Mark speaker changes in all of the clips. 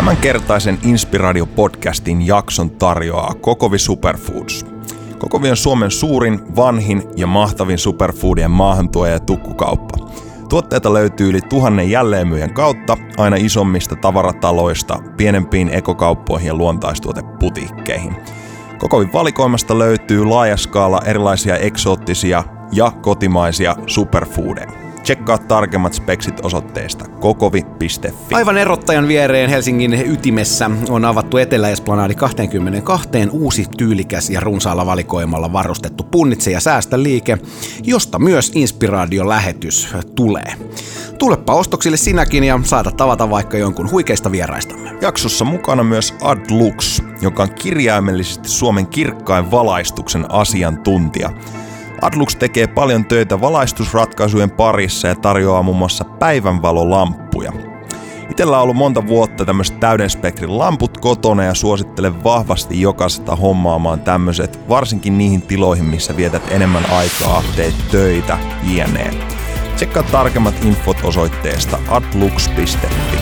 Speaker 1: Tämänkertaisen Inspiradio-podcastin jakson tarjoaa Kokovi Superfoods. Kokovi on Suomen suurin, vanhin ja mahtavin superfoodien maahantuoja ja tukkukauppa. Tuotteita löytyy yli 1000 jälleenmyyjän kautta, aina isommista tavarataloista, pienempiin ekokauppoihin ja luontaistuoteputiikkeihin. Kokovin valikoimasta löytyy laaja skaala erilaisia eksoottisia ja kotimaisia superfoodeja. Tsekkaa tarkemmat speksit osoitteesta kokovi.fi.
Speaker 2: Aivan erottajan viereen Helsingin ytimessä on avattu Etelä-Esplanadi 22 uusi tyylikäs ja runsaalla valikoimalla varustettu punnitse ja säästä liike, josta myös Inspiradio-lähetys tulee. Tulepa ostoksille sinäkin ja saada tavata vaikka jonkun huikeista vieraistamme.
Speaker 1: Jaksossa mukana myös Adlux, joka on kirjaimellisesti Suomen kirkkain valaistuksen asiantuntija. Adlux tekee paljon töitä valaistusratkaisujen parissa ja tarjoaa muun muassa päivänvalolamppuja. Itellä on ollut monta vuotta tämmöiset täyden spektrin lamput kotona ja suosittelen vahvasti jokaisesta hommaamaan tämmöiset, varsinkin niihin tiloihin, missä vietät enemmän aikaa, teet töitä, jne. Tsekkaa tarkemmat infot osoitteesta adlux.fi.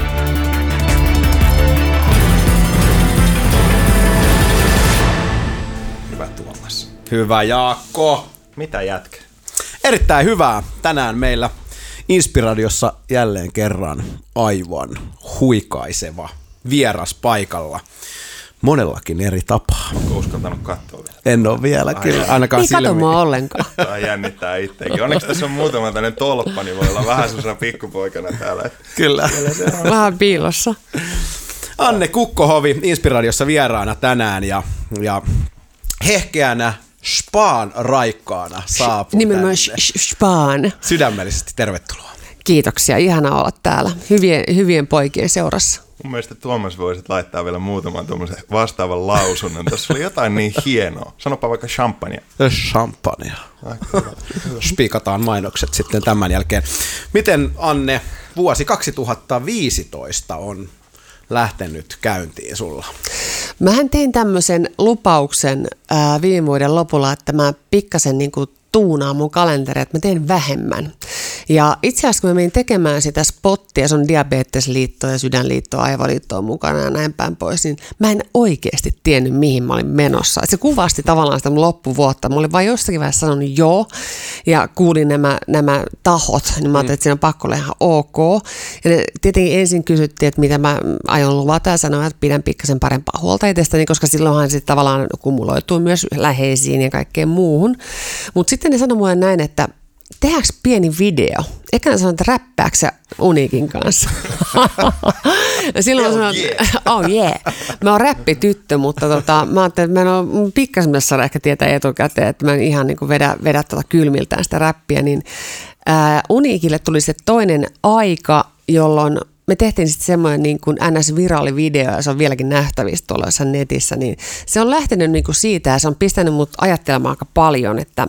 Speaker 1: Hyvä Tuomas.
Speaker 2: Hyvä Jaakko.
Speaker 1: Mitä jätkä?
Speaker 2: Erittäin hyvää. Tänään meillä Inspiradiossa jälleen kerran aivan huikaiseva vieras paikalla. Monellakin eri tapaa.
Speaker 1: Onko uskaltanut katsoa vielä?
Speaker 2: En ole vielä kyllä, ainakaan silmiin.
Speaker 3: Ei katso mua ollenkaan.
Speaker 1: Tämä jännittää itsekin. Onneksi tässä on muutama tämmöinen tolppa, niin voi olla vähän sellaisena pikkupoikana täällä.
Speaker 2: Kyllä.
Speaker 3: Vähän piilossa.
Speaker 2: Anne Kukkohovi Inspiradiossa vieraana tänään ja hehkeänä Spaan raikkaana saapuu
Speaker 3: Nimenomaan Spaan.
Speaker 2: Sydämellisesti tervetuloa.
Speaker 3: Kiitoksia, ihana olla täällä hyvien poikien seurassa.
Speaker 1: Mun mielestä Tuomas voisit laittaa vielä muutaman tuommoisen vastaavan lausunnon. Tässä oli jotain niin hienoa. Sanopa vaikka champagnea.
Speaker 2: Champagnea. Spiikataan mainokset sitten tämän jälkeen. Miten, Anne, vuosi 2015 on lähtenyt käyntiin sulla?
Speaker 3: Mähän tein tämmöisen lupauksen viime vuoden lopulla, että mä pikkasen niin kuin tuunaan mun kalenteri, että mä teen vähemmän. Ja itse asiassa kun mä menin tekemään sitä spottia, se on Diabetesliitto ja Sydänliitto, Aivoliitto on mukana ja näin päin pois, niin mä en oikeasti tiennyt, mihin mä olin menossa. Et se kuvasti tavallaan sitä mun loppuvuotta. Mä olin vain jossakin vaiheessa sanonut joo ja kuulin nämä tahot, niin mä ajattelin, että siinä on pakko olla ihan ok. Ja ne tietenkin ensin kysyttiin, että mitä mä aion luvata ja sanoin, että pidän pikkasen parempaa huolta itsestäni, koska silloinhan se tavallaan kumuloituu myös läheisiin ja kaikkeen muuhun. Mutta sitten ne sanoi mulle näin, että tehdäänkö pieni video? Eikä ne sanoi, että räppääkö sä Uniikin kanssa? Silloin mä sanoin, oh yeah. Mä oon räppityttö, mutta mä ajattelin, että mä en ole pikkasen myös saada ehkä tietää etukäteen, että mä en ihan niin kuin vedä kylmiltään sitä räppiä. Niin, Uniikille tuli se toinen aika, jolloin me tehtiin sitten semmoinen niin kuin NS-viraali video, ja se on vieläkin nähtävissä tuolla jossain netissä, niin se on lähtenyt niin kuin siitä, ja se on pistänyt mut ajattelemaan aika paljon, että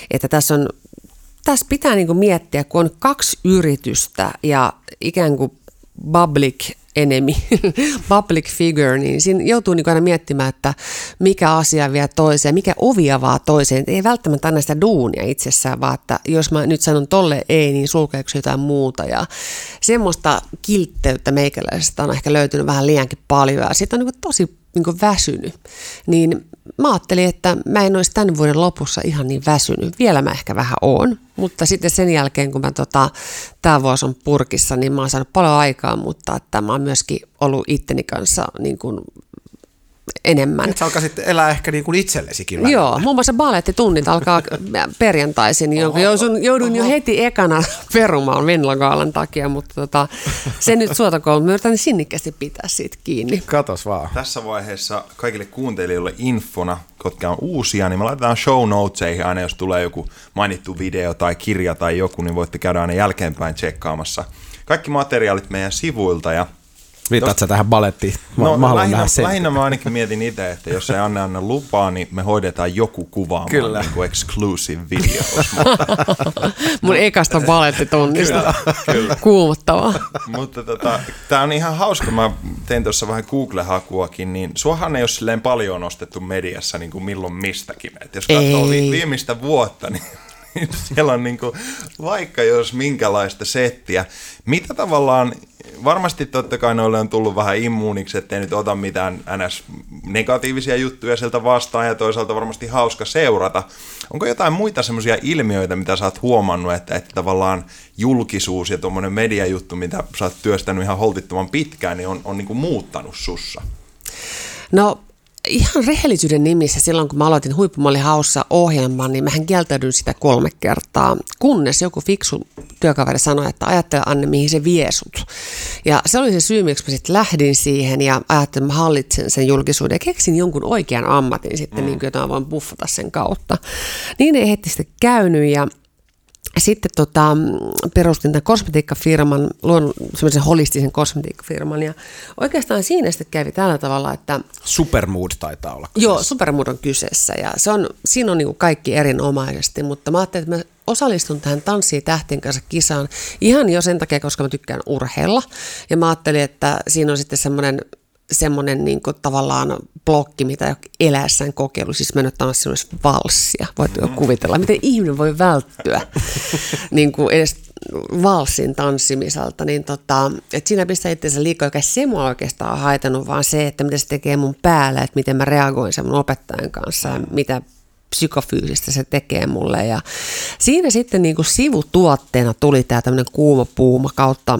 Speaker 3: tässä pitää niin kuin miettiä, kun on 2 yritystä ja ikään kuin public enemy, public figure, niin siinä joutuu niin kuin aina miettimään, että mikä asia vie toiseen, mikä ovi avaa toiseen. Ei välttämättä anna sitä duunia itsessään, vaan että jos mä nyt sanon tolle ei, niin sulkeeko jotain muuta. Ja semmoista kiltteyttä meikäläisestä on ehkä löytynyt vähän liiankin paljon ja siitä on niin kuin tosi niin kuin väsynyt. Niin mä ajattelin, että mä en olisi tämän vuoden lopussa ihan niin väsynyt. Vielä mä ehkä vähän oon, mutta sitten sen jälkeen, kun mä tämä vuosi on purkissa, niin mä oon saanut paljon aikaa, mutta että mä oon myöskin ollut itteni kanssa niin kuin enemmän.
Speaker 2: Nyt sä alkaisit elää ehkä niin kuin itsellesikin välillä.
Speaker 3: Joo, muun muassa balettitunnit alkaa perjantaisin, jonka joudun jo heti ekana perumaan Venlagaalan takia, mutta se nyt suotakoon, mä yritän sinnikkäästi pitää siitä kiinni.
Speaker 2: Katos vaan.
Speaker 1: Tässä vaiheessa kaikille kuuntelijoille infona, jotka on uusia, niin me laitetaan show notesihin aina, jos tulee joku mainittu video tai kirja tai joku, niin voitte käydä aina jälkeenpäin tsekkaamassa kaikki materiaalit meidän sivuilta ja
Speaker 2: viittaat sä tähän balettiin?
Speaker 1: Lähinnä mä ainakin mietin itse, että jos ei anna lupaa, niin me hoidetaan joku kuvaamaan niin kuin exclusive videos.
Speaker 3: Mun ekasta balettitunnista.
Speaker 1: Kyllä.
Speaker 3: Kuumottavaa.
Speaker 1: Mutta tää on ihan hauska. Mä tein tuossa vähän Google-hakuakin, niin suahan ei ole silleen paljon nostettu mediassa niin kuin milloin mistäkin. Et jos katsoo viimeistä vuotta, niin niin siellä on niin kuin, vaikka jos minkälaista settiä. Mitä tavallaan, varmasti totta kai noille on tullut vähän immuuniksi, ettei nyt ota mitään NS-negatiivisia juttuja sieltä vastaan ja toisaalta varmasti hauska seurata. Onko jotain muita semmoisia ilmiöitä, mitä sä oot huomannut, että tavallaan julkisuus ja tuommoinen mediajuttu, mitä sä oot työstänyt ihan holtittoman pitkään, niin on niin kuin muuttanut sussa?
Speaker 3: No ihan rehellisyyden nimissä silloin, kun mä aloitin Huippumalli Haussa -ohjelman, niin mähän kieltäydyin sitä 3 kertaa, kunnes joku fiksu työkaveri sanoi, että ajattele Anne, mihin se vie sut. Ja se oli se syy, miksi mä sitten lähdin siihen ja ajattelin, että mä hallitsen sen julkisuuden ja keksin jonkun oikean ammatin sitten, niin kuin, jota mä voin buffata sen kautta. Niin ei heti sitten käynyt ja sitten perustin tämän kosmetiikkafirman, semmoisen holistisen kosmetiikkafirman ja oikeastaan siinä sitten kävi tällä tavalla, että
Speaker 2: Supermood taitaa olla kyseessä.
Speaker 3: Joo, Supermood on kyseessä ja siinä on niin kuin kaikki erinomaisesti, mutta mä ajattelin, että mä osallistun tähän Tanssii tähtien kanssa -kisaan ihan jo sen takia, koska mä tykkään urheilla ja mä ajattelin, että siinä on sitten semmoinen niin kuin tavallaan blokki, mitä ei ole eläessään kokeilu, siis mennyt tanssimassa valssia. Voitteko kuvitella, miten ihminen voi välttyä niin kuin edes valssin tanssimiselta, niin että siinä pistää itseänsä liikaa, joka se mua oikeastaan on haitannut, vaan se, että mitä se tekee mun päällä, että miten mä reagoin sen mun opettajan kanssa ja mitä psykofyysistä se tekee mulle. Ja siinä sitten niin kuin sivutuotteena tuli tämä tämmöinen kuuma puuma kautta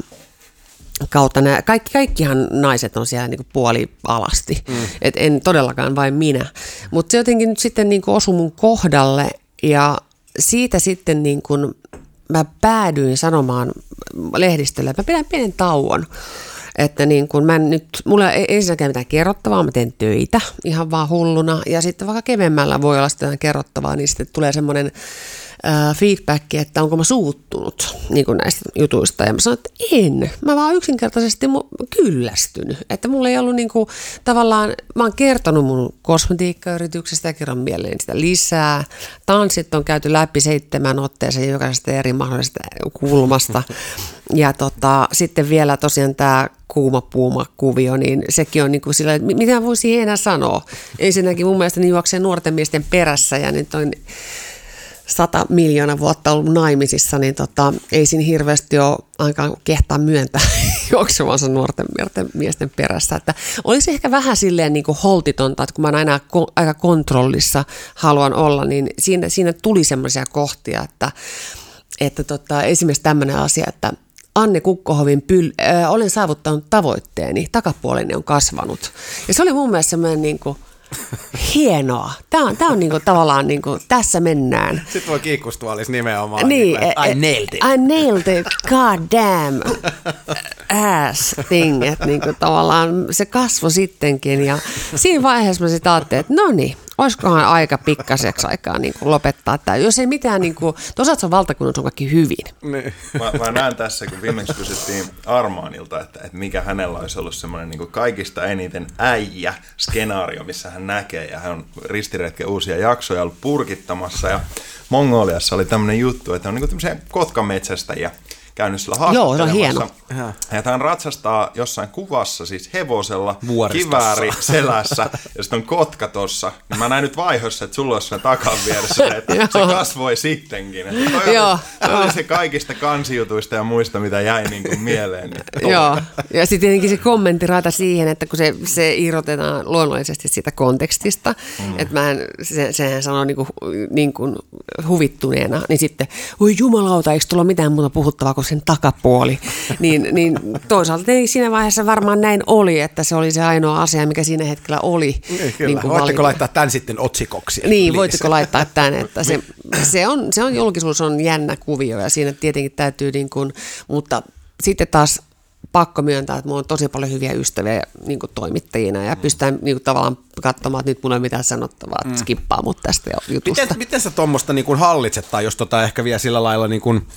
Speaker 3: kaikkihan naiset on siellä niin kuin puolialasti, et en todellakaan vain minä, mutta se jotenkin nyt sitten niin kuin osui mun kohdalle ja siitä sitten niin kuin mä päädyin sanomaan lehdistölle, että mä pidän pienen tauon, että niin kuin mulla ei ensinnäkään mitään kerrottavaa, mä teen töitä ihan vaan hulluna ja sitten vaikka kevyemmällä voi olla sitä kerrottavaa, niin sitten tulee semmoinen feedback, että onko mä suuttunut niin kuin näistä jutuista. Ja mä sanoin, että en. Mä vaan yksinkertaisesti kyllästynyt. Että mulla ei ollut niin kuin, tavallaan, mä oon kertonut mun kosmetiikkayrityksestä ja kerron mieleen sitä lisää. Tanssit on käyty läpi 7 otteeseen jokaisesta eri mahdollisesta kulmasta. Ja sitten vielä tosiaan tämä kuuma puuma -kuvio, niin sekin on niin kuin sillä, että mitä voisi enää sanoa. Ensinnäkin mun mielestä niin juoksee nuorten miesten perässä ja nyt on 100 miljoonaa vuotta ollut naimisissa, niin ei siinä hirveästi ole ainakaan kehtaa myöntää juoksevansa nuorten miesten perässä. Että olisi ehkä vähän silleen niin kuin holtitonta, että kun mä aina aika kontrollissa haluan olla, niin siinä tuli semmoisia kohtia, että esimerkiksi tämmöinen asia, että Anne Kukkohovin olen saavuttanut tavoitteeni, takapuoleni on kasvanut. Ja se oli mun mielestä semmoinen niin kuin hienoa. Tämä on niinku tavallaan niinku, tässä mennään.
Speaker 2: Sitten voi kiikkustuolissa nimenomaan.
Speaker 3: Niin,
Speaker 2: I nailed it.
Speaker 3: I nailed it, god damn ass thing. Että niinku, tavallaan se kasvoi sittenkin ja siinä vaiheessa mä sitten ajattelin, että no niin, olisikohan aika pikkaseksi aikaa niinku lopettaa tämä. Jos ei mitään, niinku, toisaalta se on valtakunnassa on kaikki hyvin.
Speaker 1: Niin. Mä näen tässä, kun viimeksi kysyttiin Armaanilta, että mikä hänellä olisi ollut semmoinen niinku kaikista eniten äijä-skenaario, missä hän näkee, ja hän on Ristiretken uusia jaksoja ollut purkittamassa, ja Mongoliassa oli tämmöinen juttu, että on niinku tämmöisiä kotkametsästäjiä käynyt sillä haastattelemassa.
Speaker 3: Joo, se on hieno.
Speaker 1: Ja hän ratsastaa jossain kuvassa siis hevosella, kivääri selässä, ja sitten on kotka tossa. Niin mä näin nyt vaihossa, että sulla olisi takan vieressä, että se kasvoi sittenkin. Tämä oli se kaikista kansijutuista ja muista, mitä jäi niin kuin mieleen.
Speaker 3: Joo, ja sitten tietenkin se kommenttirata siihen, että kun se irrotetaan luonnollisesti siitä kontekstista, että sehän sanoo niin kuin huvittuneena, niin sitten, oi jumalauta, eikö tulla mitään muuta puhuttavaa kuin sen takapuoli, niin toisaalta ei siinä vaiheessa varmaan näin oli, että se oli se ainoa asia, mikä siinä hetkellä oli.
Speaker 2: Kyllä, voitteko laittaa tämän sitten otsikoksi?
Speaker 3: Niin, voitteko laittaa tämän, että se on julkisuus on jännä kuvio ja siinä tietenkin täytyy, niin kuin, mutta sitten taas pakko myöntää, että minulla on tosi paljon hyviä ystäviä niin kuin toimittajina ja pystytään niin kuin tavallaan katsomaan, että nyt minulla ei ole mitään sanottavaa, että skippaa mut tästä jutusta.
Speaker 2: Miten sä tuommoista niin kuin hallitset tai jos ehkä vielä sillä lailla niin kuin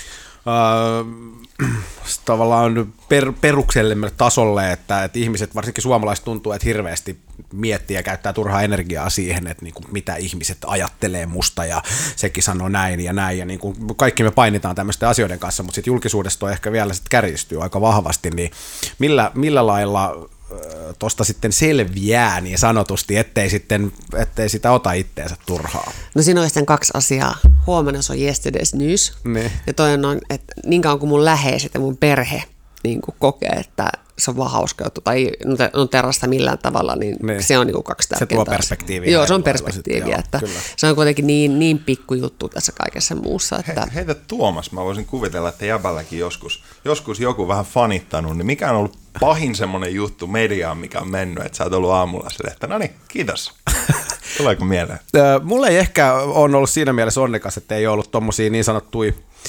Speaker 2: tavallaan perukselliselle tasolle, että ihmiset, varsinkin suomalaiset, tuntuu, että hirveästi miettii ja käyttää turhaa energiaa siihen, että niin kuin mitä ihmiset ajattelee musta ja sekin sanoo näin ja näin ja niin kuin kaikki me painitaan tämmöisten asioiden kanssa, mutta sitten julkisuudesta on ehkä vielä sit kärjistyy aika vahvasti, niin millä lailla tuosta sitten selviää niin sanotusti, ettei sitä ota itteensä turhaa?
Speaker 3: No siinä on sitten 2 asiaa. Huomenna se on yesterday's news.
Speaker 2: Ne.
Speaker 3: Ja toinen on, että niin kauan kuin mun läheiset ja mun perhe niin kuin kokee, että se on vaan hauska juttu, tai noterasta millään tavalla, niin se on niin kuin 2 tärkeintä.
Speaker 2: Se tuo perspektiiviä.
Speaker 3: Joo, se on perspektiiviä, että se on kuitenkin niin pikku juttu tässä kaikessa muussa. Että...
Speaker 1: Heitä Tuomas, mä voisin kuvitella, että jäbälläkin joskus joku vähän fanittanut, niin mikä on ollut pahin semmoinen juttu mediaan, mikä on mennyt, että sä oot ollut aamulla sille, että no niin, kiitos. Tuleeko mieleen?
Speaker 2: Mulla ei ehkä on ollut siinä mielessä onnekas, että ei ollut tommosia niin sanottuja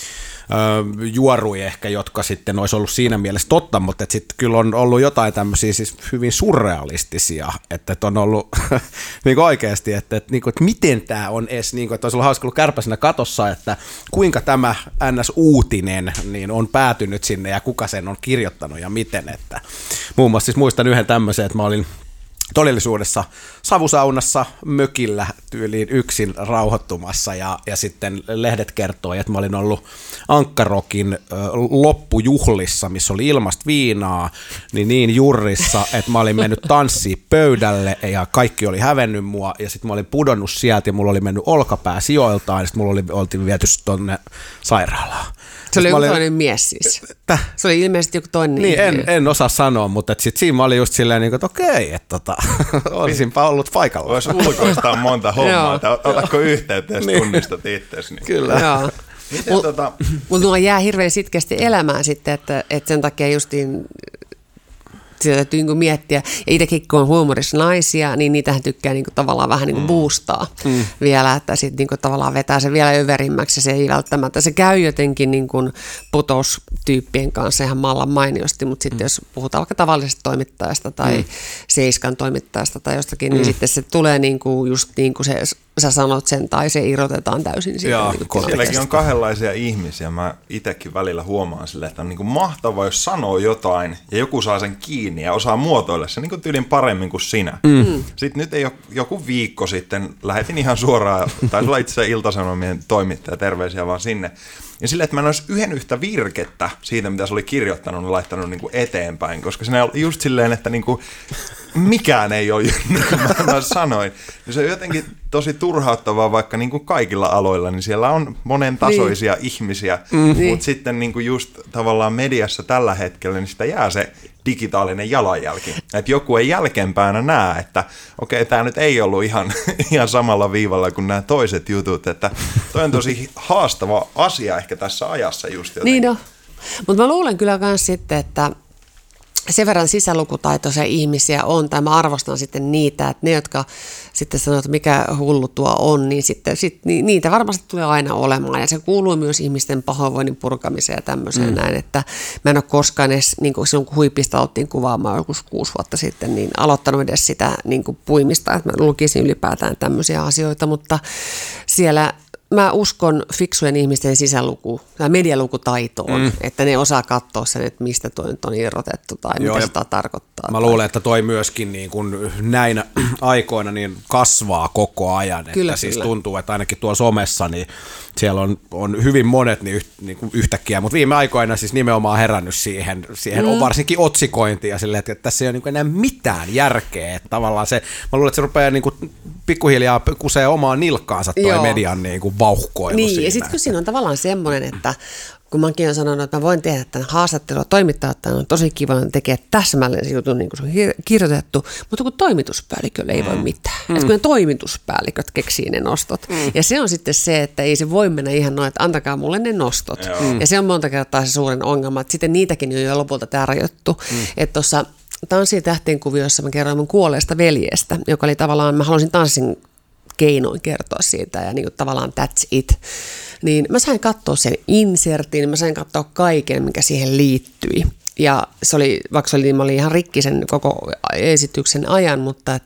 Speaker 2: juoruja ehkä, jotka sitten olisi ollut siinä mielessä totta, mutta sitten kyllä on ollut jotain tämmöisiä siis hyvin surrealistisia, että on ollut niin oikeasti, että miten tämä on edes, niin kuin, että olisi ollut hauska ollut kärpäisenä katossa, että kuinka tämä NS-uutinen niin on päätynyt sinne ja kuka sen on kirjoittanut ja miten, että muun muassa siis muistan yhden tämmöisen, että mä olin todellisuudessa savusaunassa mökillä tyyliin yksin rauhoittumassa ja sitten lehdet kertoo, että mä olin ollut Ankkarokin loppujuhlissa, missä oli ilmasta viinaa, niin jurrissa, että mä olin mennyt tanssiin pöydälle ja kaikki oli hävennyt mua ja sitten mä olin pudonnut sieltä ja mulla oli mennyt olkapää sijoiltaan ja sitten mulla oltiin viety tonne sairaalaan.
Speaker 3: Se oli joku toinen mies siis. Se oli ilmeisesti joku toinen.
Speaker 2: Niin, en osaa sanoa, mutta sitten siinä mä olin just silleen, että okei, että olisinpa ollut paikalla.
Speaker 1: Voisi ulkoistaa monta hommaa, että otatko yhteyttä, jos tunnistat itsesi. Niin.
Speaker 3: Kyllä. Joo. Mutta mulla jää hirveän sitkeästi elämään sitten, että sen takia justiin sitä täytyy niin miettiä. Ja itsekin kun on huumorissa naisia, niin niitähän tykkää niin tavallaan vähän niin boostaa vielä, että sitten niin tavallaan vetää se vielä överimmäksi. Se ei välttämättä, se käy jotenkin niin putoustyyppien kanssa ihan mallan mainiosti, mutta sitten jos puhutaan vaikka tavallisesta toimittajasta tai Seiskan toimittajasta tai jostakin, niin sitten se tulee niin kuin just niin kuin se sä sanot sen tai se irrotetaan täysin siitä.
Speaker 1: Sielläkin on kahdenlaisia ihmisiä. Mä itsekin välillä huomaan sille, että on niin kuin mahtavaa, jos sanoo jotain ja joku saa sen kiinni ja osaa muotoilla sen niin kuin tyylin paremmin kuin sinä. Sitten nyt ei ole joku viikko sitten, lähetin ihan suoraan, taisi olla itse asiassa Ilta-Sanomien toimittaja, terveisiä vaan sinne. Ja sille, että mä en olisi yhden yhtä virkettä siitä, mitä se oli kirjoittanut, niin laittanut niin kuin eteenpäin, koska siinä oli just silleen, että niin kuin mikään ei ole, niin kuin mä sanoin. Ja se on jotenkin tosi turhauttavaa, vaikka niin kuin kaikilla aloilla, niin siellä on monen tasoisia ihmisiä, mutta sitten niin kuin just tavallaan mediassa tällä hetkellä, niin sitä jää se digitaalinen jalanjälki. Että joku ei jälkeenpäänä näe, että okei, tämä nyt ei ollut ihan samalla viivalla kuin nämä toiset jutut, että toi on tosi haastava asia ehkä tässä ajassa just jotenkin.
Speaker 3: Niin mutta mä luulen kyllä myös sitten, että sen verran sisälukutaitoisia ihmisiä on, tai mä arvostan sitten niitä, että ne, jotka sitten sanoo, että mikä hullu tuo on, niin sitten niitä varmasti tulee aina olemaan, ja se kuuluu myös ihmisten pahoinvoinnin purkamiseen ja tämmöiseen näin, että mä en ole koskaan edes, niin kuin silloin kun Huipista oltiin kuvaamaan joku 6 vuotta sitten, niin aloittanut edes sitä niin kuin puimista, että mä lukisin ylipäätään tämmöisiä asioita, mutta siellä mä uskon fiksujen ihmisten sisäluku tai medialukutaitoon, että ne osaa katsoa sen, että mistä toi nyt on irrotettu tai mitä sitä tarkoittaa.
Speaker 2: Mä luulen, että toi myöskin niin kun näinä aikoina niin kasvaa koko ajan.
Speaker 3: Kyllä,
Speaker 2: että siis tuntuu, että ainakin tuolla somessa niin siellä on hyvin monet niin yhtäkkiä, mutta viime aikoina siis nimenomaan herännyt siihen on varsinkin otsikointiin ja silleen, että tässä ei ole niin enää mitään järkeä. Että tavallaan se, mä luulen, että se rupeaa niin kuin pikkuhiljaa kusee omaan nilkkaansa toi median niin kuin vauhkoilu
Speaker 3: niin,
Speaker 2: siinä.
Speaker 3: Ja sitten kun siinä on tavallaan semmoinen, että kun mäkin olen sanonut, että mä voin tehdä tämän haastattelua, toimittajat on tosi kiva tekee täsmälleen se jutun niin kuin se on kirjoitettu, mutta kun toimituspäällikölle ei voi mitään. Että kun ne toimituspäälliköt keksii ne nostot. Ja se on sitten se, että ei se voi mennä ihan noin, että antakaa mulle ne nostot. Ja se on monta kertaa se suurin ongelma, että sitten niitäkin on jo lopulta tärjottu. Että tuossa Tanssin tähtien kuviossa mä kerroin mun kuolleesta veljestä, joka oli tavallaan, mä halusin tanssin keinoin kertoa siitä ja niin kuin tavallaan that's it. Niin mä sain katsoa sen insertin, mä sain katsoa kaiken, mikä siihen liittyi. Ja se oli, vaikka se oli, mä olin ihan rikki sen koko esityksen ajan, mutta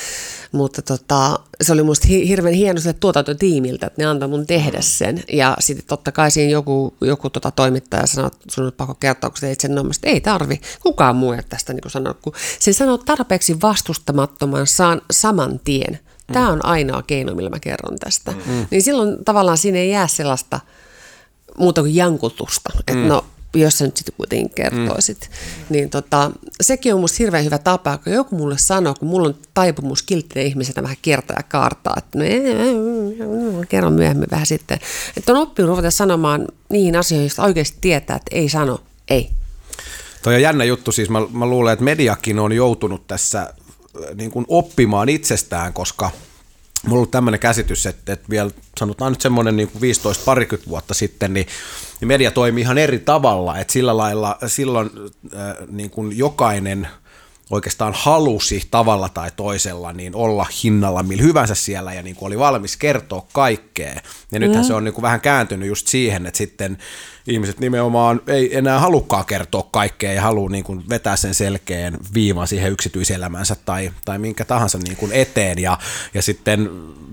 Speaker 3: se oli musta hirveän hieno sille tuotantotiimiltä, että ne antoi mun tehdä sen. Ja sitten totta kai siinä joku toimittaja sanoi, että sun on pakko kertoa, kun se itse nomasta, ei tarvi, kukaan muu ei tästä niin sanoa, kun sen sanoo tarpeeksi vastustamattoman saman tien. Tämä on ainoa keino, millä mä kerron tästä. Niin silloin tavallaan siinä ei jää sellaista muuta kuin jankutusta. Että no, jos sä nyt sitten kuitenkin kertoisit. Niin sekin on musta hirveän hyvä tapa, kun joku mulle sanoo, kun mulla on taipumus kilttinen ihmisenä vähän kiertää ja kaartaa, että kerron myöhemmin vähän sitten. Että on oppinut ruveta sanomaan niihin asioihin, joista oikeasti tietää, että ei sano, ei.
Speaker 2: Toi on jännä juttu, siis mä luulen, että mediakin on joutunut tässä niin kuin oppimaan itsestään, koska mulla on ollut tämmöinen käsitys, että vielä sanotaan nyt semmoinen niin kuin 15-20 vuotta sitten, niin media toimii ihan eri tavalla, että sillä lailla silloin niin kuin jokainen oikeastaan halusi tavalla tai toisella niin olla hinnalla millä hyvänsä siellä ja niin kuin oli valmis kertoa kaikkea. Ja nythän se on niin kuin vähän kääntynyt just siihen, että sitten ihmiset nimenomaan ei enää halukkaan kertoa kaikkea ja haluaa niin kuin vetää sen selkeän viivan siihen yksityiselämänsä tai minkä tahansa niin kuin eteen ja sitten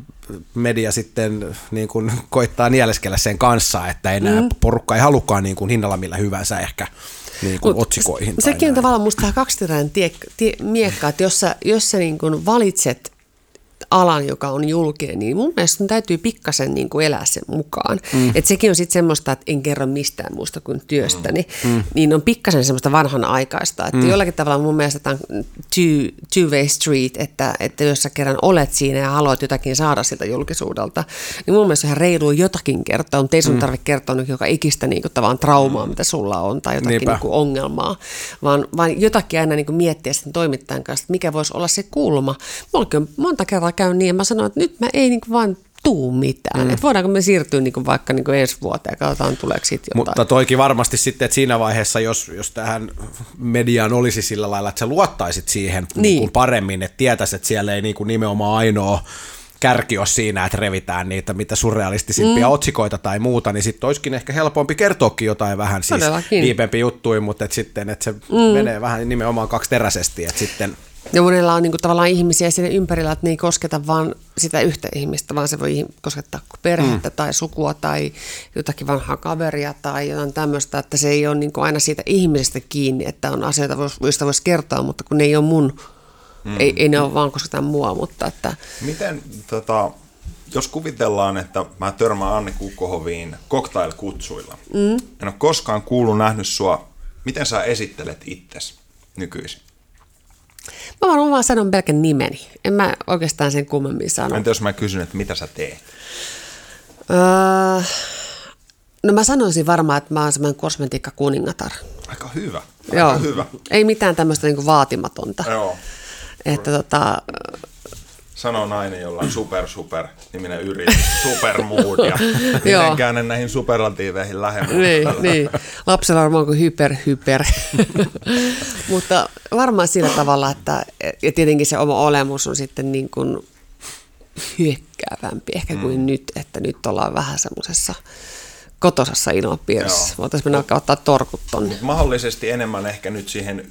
Speaker 2: media sitten niin kuin koittaa nieleskellä sen kanssa, että enää porukka ei halukkaan niin kuin hinnalla millä hyvänsä ehkä niin kuin otsikoihin.
Speaker 3: Sekin on tavallaan musta vähän kaksiteräinen miekka, että jos sä niin kuin valitset alan, joka on julkinen, niin mun mielestä sun täytyy pikkasen niin kuin elää sen mukaan. Että sekin on sitten semmoista, että en kerro mistään muusta kuin työstäni, niin on pikkasen semmoista vanhanaikaista. Että jollakin tavalla mun mielestä tämä on two-way street, että jos sä kerran olet siinä ja haluat jotakin saada siltä julkisuudelta, niin mun mielestä on ihan reilua jotakin kertoa, mutta ei sun tarvitse kertoa joka ikistä niin kuin tavallaan traumaa, mitä sulla on, tai jotakin niin kuin ongelmaa, vaan jotakin aina niin kuin miettiä sitten toimittajan kanssa, että mikä voisi olla se kulma. Mullakin on monta kertaa käyn niin, ja mä sanon, että nyt mä ei niin kuin vaan tuu mitään. Että voidaanko me siirtyä niin kuin vaikka niin kuin ensi vuoteen ja katsotaan, tuleeko siitä jotain.
Speaker 2: Mutta toikin varmasti sitten, että siinä vaiheessa, jos tähän mediaan olisi sillä lailla, että sä luottaisit siihen niin kuin paremmin, että tietäisi, että siellä ei niin kuin nimenomaan ainoa kärki ole siinä, että revitään niitä mitä surrealistisimpia otsikoita tai muuta, niin sitten olisikin ehkä helpompi kertoakin jotain vähän siis diipempi juttuja, mutta että sitten että se menee vähän nimenomaan kaksiteräisesti, että sitten.
Speaker 3: Ja monella on niin kuin tavallaan ihmisiä siinä ympärillä, että ne ei kosketa vaan sitä yhtä ihmistä, vaan se voi koskettaa perhettä tai sukua tai jotakin vanhaa kaveria tai jotain tämmöistä, että se ei ole niin kuin aina siitä ihmisestä kiinni, että on asioita, joista voisi kertoa, mutta kun ne ei ole mun, ei ne ole vaan kosketa mua, mutta että.
Speaker 1: Miten, jos kuvitellaan, että mä törmään Anni Kukkohoviin cocktail-kutsuilla, en ole koskaan kuullut, nähnyt sua, miten sä esittelet itsesi nykyisin?
Speaker 3: Mä vaan sanon pelkän nimeni. En mä oikeastaan sen kummemmin sano.
Speaker 1: Entä jos mä kysyn, että mitä sä teet?
Speaker 3: No mä sanoisin varmaan, että mä oon semmoinen kosmetiikkakuningatar.
Speaker 1: Aika hyvä.
Speaker 3: Joo. Hyvä. Ei mitään tämmöistä niinku vaatimatonta.
Speaker 1: Joo.
Speaker 3: Että
Speaker 1: Sano nainen, jolla on super niminen yritys, supermood ja mitenkään näihin superlatiiveihin lähemmän.
Speaker 3: Niin. Lapsella on varmaan kuin hyper. Mutta varmaan sillä tavalla, että ja tietenkin se oma olemus on sitten niin kuin hyökkäävämpi ehkä kuin nyt, että nyt ollaan vähän semmoisessa kotosassa ilmapiirissä. Voitaisiin mennä vaikka ottaa torkut tonne.
Speaker 1: Mahdollisesti enemmän ehkä nyt siihen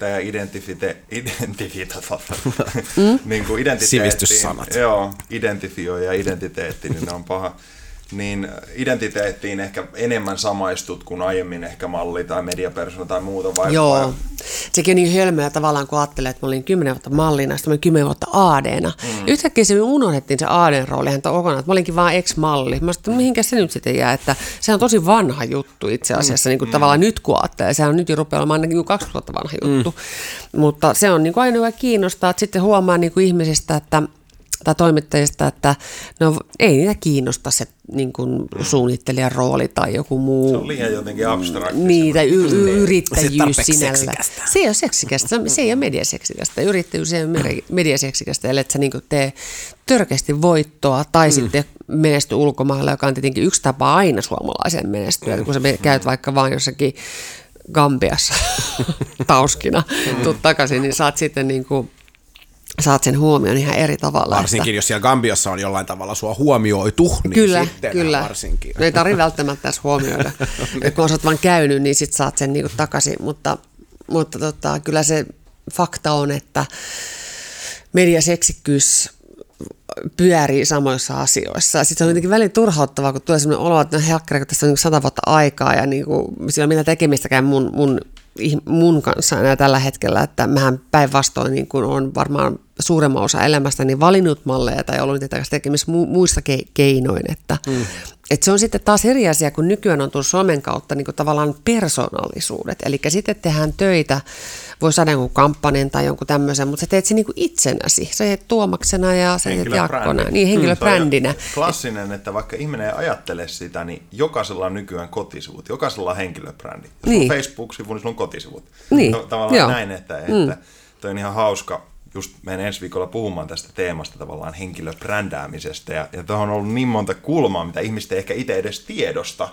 Speaker 1: niin kuin
Speaker 2: sivistyssanat.
Speaker 1: Joo, identifioi ja identiteetti, niin ne on paha. Niin identiteettiin ehkä enemmän samaistut kuin aiemmin ehkä malli tai mediapersona tai muuta.
Speaker 3: Joo, sekin on niin hölmöä tavallaan, kun ajattelee, että mä olin 10 vuotta mallina, sitten mä olin 10 vuotta AD-na. Yhtäkkiä se unohdettiin se AD-rooli kokonaan, että mä olinkin vaan ex-malli. Mä sanoin, mihinkä se nyt sitten jää, että se on tosi vanha juttu itse asiassa, niin kuin tavallaan nyt kun ajattelee. Sehän on nyt jo rupeaa olemaan ainakin 20 vuotta vanha juttu, mutta se on niin kuin aina kiinnostaa, että sitten huomaa niin kuin ihmisistä, tai toimittajista, että no, ei niitä kiinnosta se niin kuin suunnittelijan rooli tai joku muu. Se
Speaker 1: on liian jotenkin abstrakti.
Speaker 3: Niitä yrittäjyys sinällä. Se ei ole seksikästä, se ei ole mediaseksikästä. Yrittäjyys ei ole mediaseksikästä, ellei sä niin kuin tee törkeästi voittoa tai sitten menesty ulkomailla, joka on tietenkin yksi tapa aina suomalaisen menestyä. Kun sä käyt vaikka vaan jossakin Gambiassa tauskina, tuut takaisin, niin saat sitten niin kuin saat sen huomioon ihan eri tavalla.
Speaker 2: Varsinkin, jos siellä Gambiassa on jollain tavalla sua huomioitu, niin
Speaker 3: kyllä.
Speaker 2: Varsinkin.
Speaker 3: No ei tarvitse välttämättä edes huomioida. Kun olet vaan käynyt, niin sitten saat sen niinku takaisin. Mutta kyllä se fakta on, että mediaseksikkyys pyörii samoissa asioissa. Sitten se on jotenkin välillä turhauttavaa, kun tulee sellainen olo, että helkkari, kun tässä on 100 vuotta aikaa ja niinku, sillä on mitään tekemistäkään mun kanssa enää tällä hetkellä, että mähän päinvastoin niin kuin on varmaan suuremman osa elämästäni valinnut malleja tai ollut niitä tekemisissä muissa keinoin, että se on sitten taas eri asia, kun nykyään on tullut somen kautta niin kuin tavallaan persoonallisuudet. Eli sitten tehdään töitä, voi saada jonkun kampanjan tai jonkun tämmöisen, mutta sä teet sen niin kuin itsenäsi. Sä teet Tuomaksena ja sä teet Jakkona. Niin, henkilöbrändinä.
Speaker 1: Klassinen, että vaikka ihminen ei ajattele sitä, niin jokaisella on nykyään kotisivut, jokaisella on henkilöbrändi. Jos on Facebook-sivu, niin sulla on kotisivut.
Speaker 3: Niin.
Speaker 1: Tavallaan näin, että toi on ihan hauska. Just menen ensi viikolla puhumaan tästä teemasta tavallaan henkilöbrändäämisestä, ja tuohon on ollut niin monta kulmaa, mitä ihmiset ei ehkä itse edes tiedosta.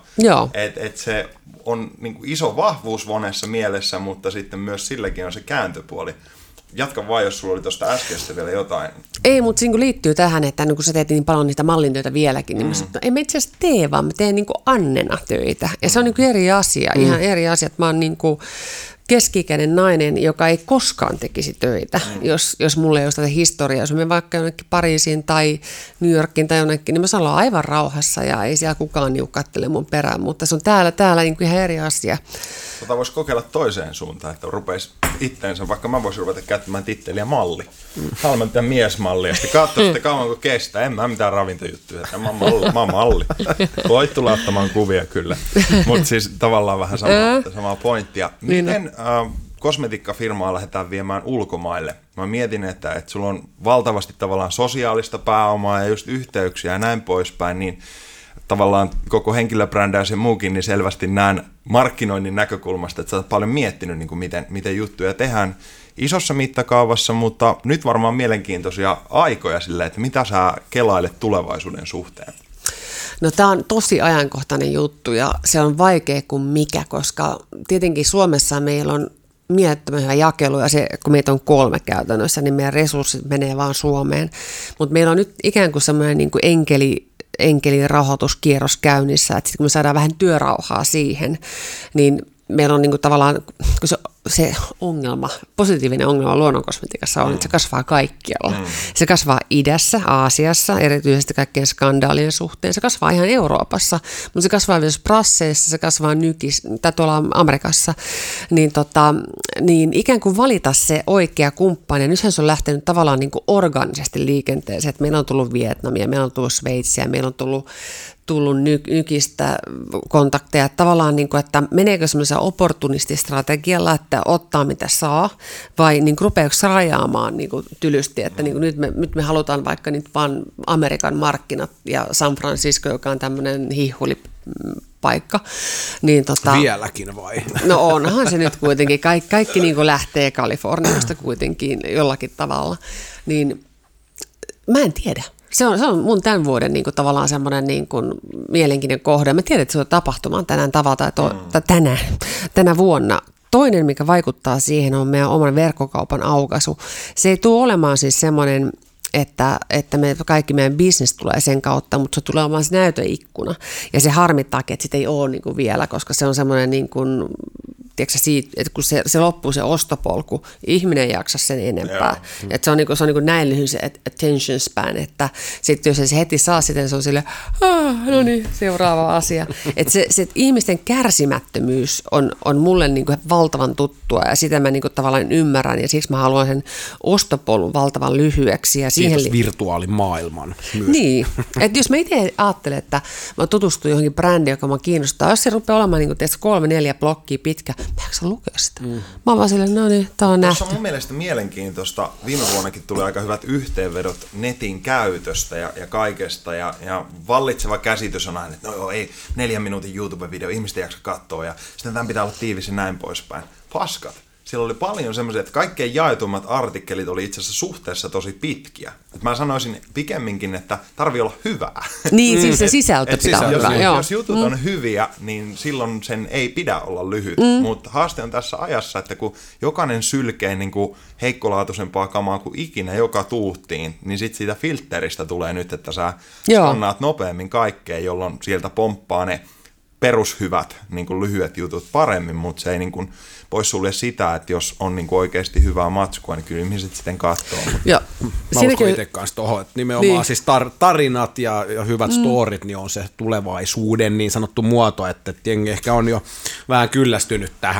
Speaker 1: Et se on niin kuin iso vahvuus monessa mielessä, mutta sitten myös silläkin on se kääntöpuoli. Jatka vaan, jos sulla oli tuosta äskeistä vielä jotain.
Speaker 3: Ei, mutta se liittyy tähän, että kun sä teet niin paljon niitä mallintöitä vieläkin, niin ei mä itse asiassa tee, vaan mä teen niin kuin Annena töitä. Ja se on niin kuin eri asia, ihan eri asia, että mä oon niin kuin keski-ikäinen nainen, joka ei koskaan tekisi töitä, jos mulla ei ole sitä historiaa. Jos menen vaikka jonnekin Pariisiin tai New Yorkiin tai jonnekin, niin mä saan olla aivan rauhassa ja ei siellä kukaan niukattele mun perään, mutta se on täällä niin kuin ihan eri asia.
Speaker 1: Voisi kokeilla toiseen suuntaan, että rupeisi itteensä, vaikka mä voisin ruveta käyttämään titteliä malli. Haluan tehdä miesmalli ja sitten katsoa sitten kauanko kestää. En mä mitään ravintojuttuja, että mä oon malli. Voit tulla ottamaan kuvia kyllä, mutta siis tavallaan vähän samaa pointtia. Miten kosmetiikkafirmaa lähdetään viemään ulkomaille? Mä mietin, että sulla on valtavasti tavallaan sosiaalista pääomaa ja just yhteyksiä ja näin poispäin, niin tavallaan koko henkilöbrändäys ja muukin, niin selvästi näen markkinoinnin näkökulmasta, että sä oot paljon miettinyt, niin kuin miten juttuja tehdään isossa mittakaavassa, mutta nyt varmaan mielenkiintoisia aikoja sille, että mitä sä kelailet tulevaisuuden suhteen?
Speaker 3: No tämä on tosi ajankohtainen juttu ja se on vaikea kuin mikä, koska tietenkin Suomessa meillä on mielettömän hyvä jakelu ja se, kun meitä on 3 käytännössä, niin meidän resurssit menee vaan Suomeen, mutta meillä on nyt ikään kuin semmoinen niin kuin enkelirahoituskierros käynnissä, että sitten kun me saadaan vähän työrauhaa siihen, niin meillä on niin kuin tavallaan, kun se ongelma, positiivinen ongelma luonnonkosmetiikassa on, että se kasvaa kaikkialla. Se kasvaa idässä, Aasiassa, erityisesti kaikkien skandaalien suhteen. Se kasvaa ihan Euroopassa, mutta se kasvaa myös Brasseissa, se kasvaa tai tuolla Amerikassa. Niin ikään kuin valita se oikea kumppani. Ja nythän se on lähtenyt tavallaan niin kuin organisesti liikenteeseen. Että meillä on tullut Vietnamia, meillä on tullut Sveitsiä, meillä on tullut nykistä kontakteja. Tavallaan, niin kuin, että meneekö semmoisella opportunististrategialla, että ottaa mitä saa, vai niin rupeako rajaamaan niin kuin tylysti, että niin kuin nyt me halutaan vaikka nyt vaan Amerikan markkinat ja San Francisco, joka on tämmöinen hiihulipaikka. Niin,
Speaker 2: vieläkin vai?
Speaker 3: No onhan se nyt kuitenkin. Kaikki niin kuin lähtee Kaliforniasta kuitenkin jollakin tavalla. Niin mä en tiedä. Se on mun tämän vuoden niin kuin, tavallaan semmoinen niin kuin, mielenkiintoinen kohde. Mä tiedän, että se on tapahtumaan tänä vuonna. Toinen, mikä vaikuttaa siihen, on meidän oman verkkokaupan aukaisu. Se ei tule olemaan siis semmoinen, että kaikki meidän bisnes tulee sen kautta, mutta se tulee olemaan se näytöikkuna. Ja se harmittaakin, että sitä ei ole niin kuin vielä, koska se on semmoinen, niin kuin, tiedätkö, että kun se loppuu se ostopolku, ihminen ei jaksa sen enempää. Että se on niin kuin näin lyhyen se attention span, että sitten jos se heti saa sitä, se on silleen, no niin, seuraava asia. Että se ihmisten kärsimättömyys on mulle niin kuin valtavan tuttua ja sitä mä niin kuin tavallaan ymmärrän ja siksi mä haluan sen ostopolun valtavan lyhyeksi. Ja
Speaker 2: kiitos virtuaalimaailman myös. Niin,
Speaker 3: että jos mä itse ajattelen, että mä tutustun johonkin brändiin, joka mä kiinnostaa, jos se rupeaa olemaan niin kuin 3-4 blokkia pitkä, mä en lukea sitä. Mä oon vaan silleen, no niin, tää on nähty.
Speaker 1: Tuossa on mun mielestä mielenkiintoista. Viime vuonnakin tuli aika hyvät yhteenvedot netin käytöstä ja kaikesta. Ja vallitseva käsitys on aina, että no joo, ei 4 minuutin YouTube-video, ihmiset ei jaksa katsoa ja sitten tämän pitää olla tiivis ja näin poispäin. Paskat. Siellä oli paljon semmoisia, että kaikkein jaetummat artikkelit oli itse asiassa suhteessa tosi pitkiä. Et mä sanoisin pikemminkin, että tarvii olla hyvää.
Speaker 3: Niin, siis se sisältö pitää olla hyvä.
Speaker 1: Jos jutut on hyviä, niin silloin sen ei pidä olla lyhyt. Mutta haaste on tässä ajassa, että kun jokainen sylkee niin kuin heikkolaatuisempaa kamaa kuin ikinä joka tuuttiin, niin sitten siitä filteristä tulee nyt, että sä skannaat nopeammin kaikkea, jolloin sieltä pomppaa ne perushyvät niin kuin lyhyet jutut paremmin, mutta se ei niin kuin poissulje sitä, että jos on niin kuin oikeasti hyvää matskua, niin kyllä ihmiset sitten katsoo.
Speaker 2: Mä uskon itse kanssa tuohon, että nimenomaan niin. Siis tarinat ja hyvät storit niin on se tulevaisuuden niin sanottu muoto, että jengi ehkä on jo vähän kyllästynyt tähän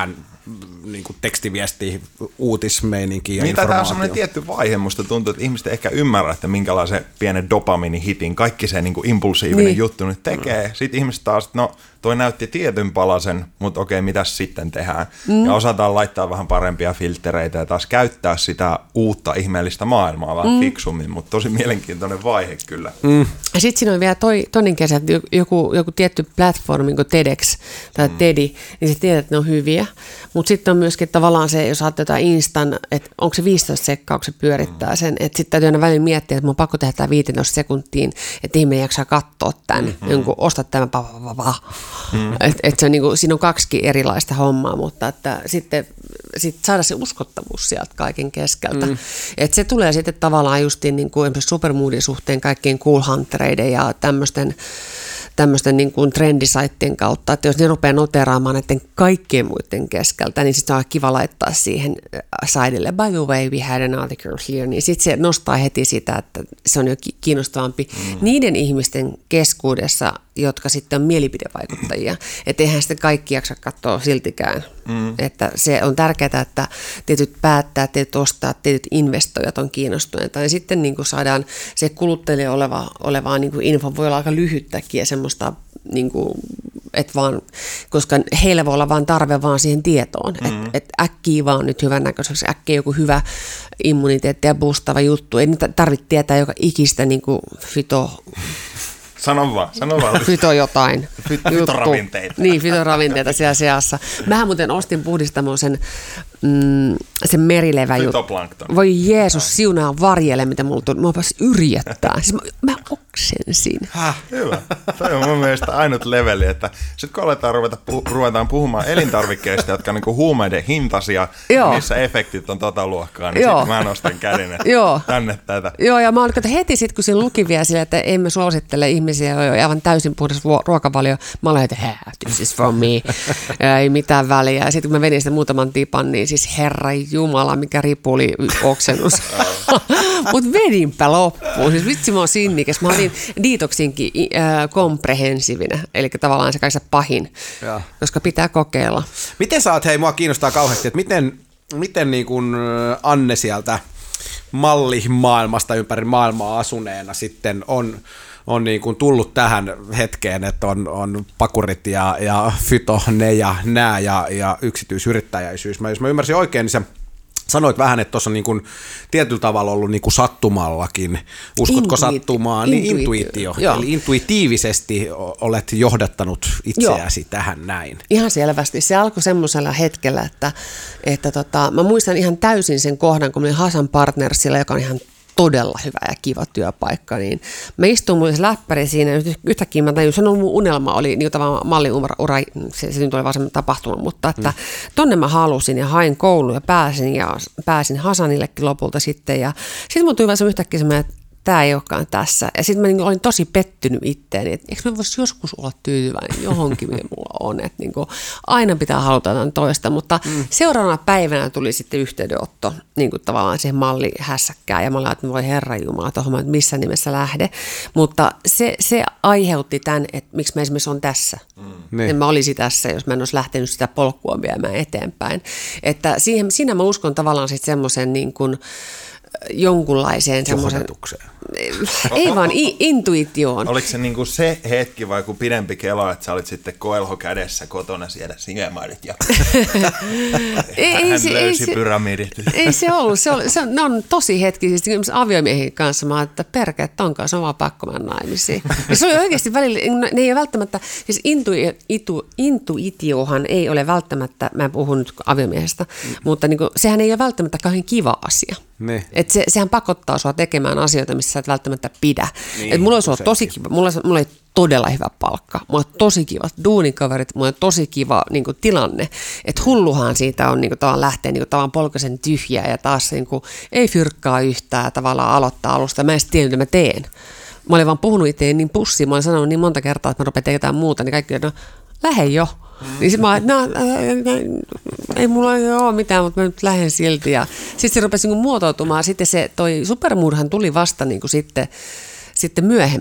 Speaker 2: niin kuin tekstiviestiä, uutismeininkiä ja
Speaker 1: niin,
Speaker 2: informaatio.
Speaker 1: tämä on semmoinen tietty vaihe, musta tuntuu, että ihmiset ehkä ymmärrä, että minkälaisen pienen dopaminihitin kaikki se niin kuin impulsiivinen juttu nyt tekee. Sitten ihmiset taas, no toi näytti tietyn palasen, mutta okei, mitäs sitten tehdään? Ja osataan laittaa vähän parempia filtreitä ja taas käyttää sitä uutta ihmeellistä maailmaa vähän fiksummin, mutta tosi mielenkiintoinen vaihe kyllä.
Speaker 3: Ja sitten siinä on vielä toinen kesä, että joku tietty platformi, kuin TEDx tai TEDi, niin sä tiedät, että ne on hyviä. Mutta sitten on myöskin tavallaan se, jos ajattelee jotain instan, että onko se 15 sekkaa, kun se pyörittää sen. Että sitten täytyy aina välillä miettiä, että mun on pakko tehdä tämä 15 sekuntiin, että ihminen jaksaa katsoa tämän, jonkun ostaa tämän, että se on niinku, siinä on kaksi erilaista hommaa, mutta että sitten saada se uskottavuus sieltä kaiken keskeltä. Että se tulee sitten tavallaan justiin niin kuin esimerkiksi Supermoodin suhteen kaikkien cool huntereiden ja tämmöisten niin kuin trendisaittien kautta, että jos ne rupeaa noteraamaan näiden kaikkien muiden keskeltä, niin sitten on kiva laittaa siihen saidelle, by the way, we had an article here, niin sitten se nostaa heti sitä, että se on jo kiinnostavampi niiden ihmisten keskuudessa, jotka sitten on mielipidevaikuttajia. Että eihän sitten kaikki jaksa katsoa siltikään. Että se on tärkeää, että tietyt päättäjät, tietyt ostajat, tietyt investoijat on kiinnostuneita. Ja sitten niin kuin saadaan se kuluttajille olevaa niin kuin info voi olla aika lyhyttäkin ja semmoista, niin kuin, että vaan, koska heillä voi olla vaan tarve vaan siihen tietoon. Että äkkiä vaan nyt hyvännäköiseksi, äkkiä joku hyvä immuniteettia boostava juttu. Ei tarvitse tietää joka ikistä niin kuin
Speaker 1: Sano vaan.
Speaker 3: Fyto jotain.
Speaker 1: Fytoravinteita.
Speaker 3: Niin, fytoravinteita siellä seassa. Mähän muuten ostin puhdistamoon sen merilevä.
Speaker 1: Fytoplankton.
Speaker 3: Voi Jeesus, siunaa varjelle, mitä mulla tuli. Mä pääsin yrjättää. Siis mä oksensin.
Speaker 1: Hyvä. Toi on mun mielestä ainut leveli, että sitten kun ruvetaan puhumaan elintarvikkeista, jotka on niinku huumeiden hintaisia, ja niissä efektit on tota luokkaa, niin sitten mä nostan käden, että tänne tätä. Joo,
Speaker 3: ja mä olin heti sitten, kun siinä luki vielä sille, että emme suosittele ihmisiä, joilla on aivan täysin puhdas ruokavalio. Mä olin, että this is for me. Ei mitään väliä. Ja sitten kun mä vedin sitä muutaman tipan, niin siis herra jumala, mikä ripuli oksennus. Mutta vedinpä loppuun. Siis vitsi, mä oon sinnikäs. Mä otin detoxinkin komprehensiivinä, eli tavallaan se kaikista pahin, koska pitää kokeilla.
Speaker 2: Miten sä oot, hei, mua kiinnostaa kauheasti, että miten niin kun Anne sieltä mallimaailmasta ympäri maailmaa asuneena sitten on niin kuin tullut tähän hetkeen, että on pakurit ja fyto, ne ja nää ja yksityisyrittäjäisyys. Jos mä ymmärsin oikein, niin sä sanoit vähän, että tuossa on niin kuin tietyllä tavalla ollut niin kuin sattumallakin. Uskotko sattumaan? Intuitio. Eli intuitiivisesti olet johdattanut itseäsi tähän näin.
Speaker 3: Ihan selvästi. Se alkoi semmoisella hetkellä, että mä muistan ihan täysin sen kohdan, kun mä olin Hasan Partnersilla, joka on ihan todella hyvä ja kiva työpaikka, niin mä istuin mulle se läppäri siinä, ja yhtäkkiä mä tajusin, mun unelma oli niin tavallaan malliura, se nyt oli vaan semmoinen tapahtuma, mutta että tonne mä halusin ja hain kouluun ja pääsin Hasanillekin lopulta sitten, ja sitten mun tuli vaan yhtäkkiä semmoinen, että tämä ei olekaan tässä. Ja sitten mä niin olin tosi pettynyt itteeni, että eikö mä voisi joskus olla tyytyväinen johonkin, mitä mulla on. Että niin aina pitää haluta jotain toista, mutta seuraavana päivänä tuli sitten yhteydenotto niin tavallaan siihen mallihässäkkään. Ja mä olin, että voi herranjumala tuohon, että missä nimessä lähde. Mutta se aiheutti tämän, että miksi mä esimerkiksi on tässä. En mä olisi tässä, jos mä en olisi lähtenyt sitä polkua viemään eteenpäin. Että siinä mä uskon tavallaan sitten semmoisen niin kuin jonkunlaiseen semmoisen, ei vaan intuitioon.
Speaker 1: Oliko se niinku se hetki vai kun pidempi kela, että sä olit sitten koelho kädessä kotona siellä sinemaalit ja hän löysi pyramidit. Ei se ollut, ne on tosi hetkisesti, esimerkiksi aviomiehen kanssa mä että perkele, että ton kanssa on vaan pakko mennä naimisiin. Ja se oli oikeasti välillä, ne ei ole välttämättä, siis intuitiohan ei ole välttämättä, mä puhun nyt aviomiehestä, mutta niinku, sehän ei ole välttämättä kauhean kiva asia. Että sehän pakottaa sua tekemään asioita, missä sä et välttämättä pidä. Niin, et mulla olisi ollut tosi kiva, mulla oli todella hyvä palkka, mulla oli tosi kivat duunikaverit, mulla oli tosi kiva niin kuin, tilanne. Että hulluhan siitä on niin kuin, tavallaan lähteä niin kuin, tavallaan polkaisen tyhjää ja taas niin kuin, ei fyrkkaa yhtään tavallaan aloittaa alusta. Mä en sitten tiedä, mitä mä teen. Mä olin vaan puhunut itseäni niin pussiin, mä olin sanonut niin monta kertaa, että mä rupean tekemään jotain muuta, niin kaikki lähde jo. Niin sitten mä olin, ei mulla ole mitään, mutta mä nyt lähden silti. Ja sitten se rupesi niin muotoutumaan. Sitten toi Supermoodhan tuli vasta niin kuin sitten myöhemmin.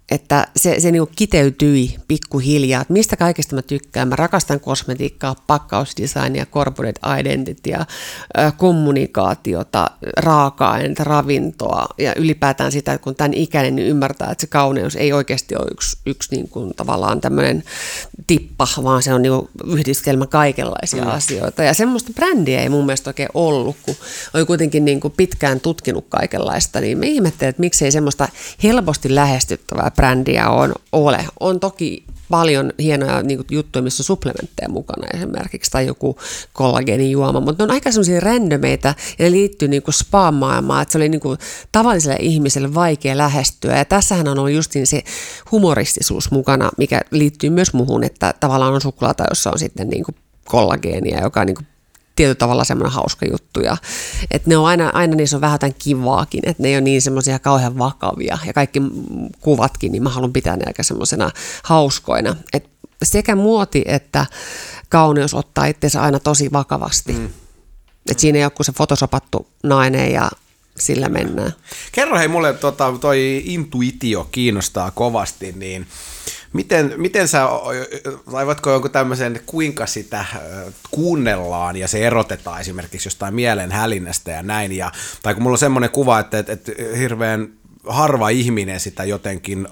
Speaker 3: että se niin kuin kiteytyi pikkuhiljaa, että mistä kaikesta mä tykkään. Mä rakastan kosmetiikkaa, pakkausdesignia, corporate identityä, kommunikaatiota, raaka-aineita, ravintoa ja ylipäätään sitä, että kun tämän ikäinen niin ymmärtää, että se kauneus ei oikeasti ole yksi niin kuin tavallaan tämmöinen tippa, vaan se on niin kuin yhdistelmä kaikenlaisia asioita. Ja semmoista brändiä ei mun mielestä oikein ollut, kun oli kuitenkin niin kuin pitkään tutkinut kaikenlaista, niin mä ihmettelen, että miksei semmoista helposti lähestyttävää brändiä ole. On toki paljon hienoja niin kuin juttuja, missä on supplementteja mukana esimerkiksi, tai joku kollageenijuoma, mutta ne on aika semmoisia randomeita, ja ne liittyy niin kuin spa-maailmaan, että se oli niin kuin tavalliselle ihmiselle vaikea lähestyä, ja tässähän on ollut justiin se humoristisuus mukana, mikä liittyy myös muuhun, että tavallaan on suklaata, jossa on sitten niin kuin kollageenia, joka on niin kuin tietyllä tavalla semmoinen hauska juttu, ja että ne on aina niissä on vähän jotain kivaakin, että ne ei ole niin semmoisia kauhean vakavia, ja kaikki kuvatkin, niin mä haluan pitää ne aika semmoisena hauskoina, että sekä muoti että kauneus ottaa itseensä aina tosi vakavasti, että siinä ei ole kuin se fotosopattu nainen, ja sillä mennään.
Speaker 2: Kerro hei mulle, toi intuitio kiinnostaa kovasti, niin miten sä, tai voitko jonkun tämmöisen, kuinka sitä kuunnellaan ja se erotetaan esimerkiksi jostain mielenhälinnästä ja näin, tai kun mulla on semmoinen kuva, että hirveän harva ihminen sitä jotenkin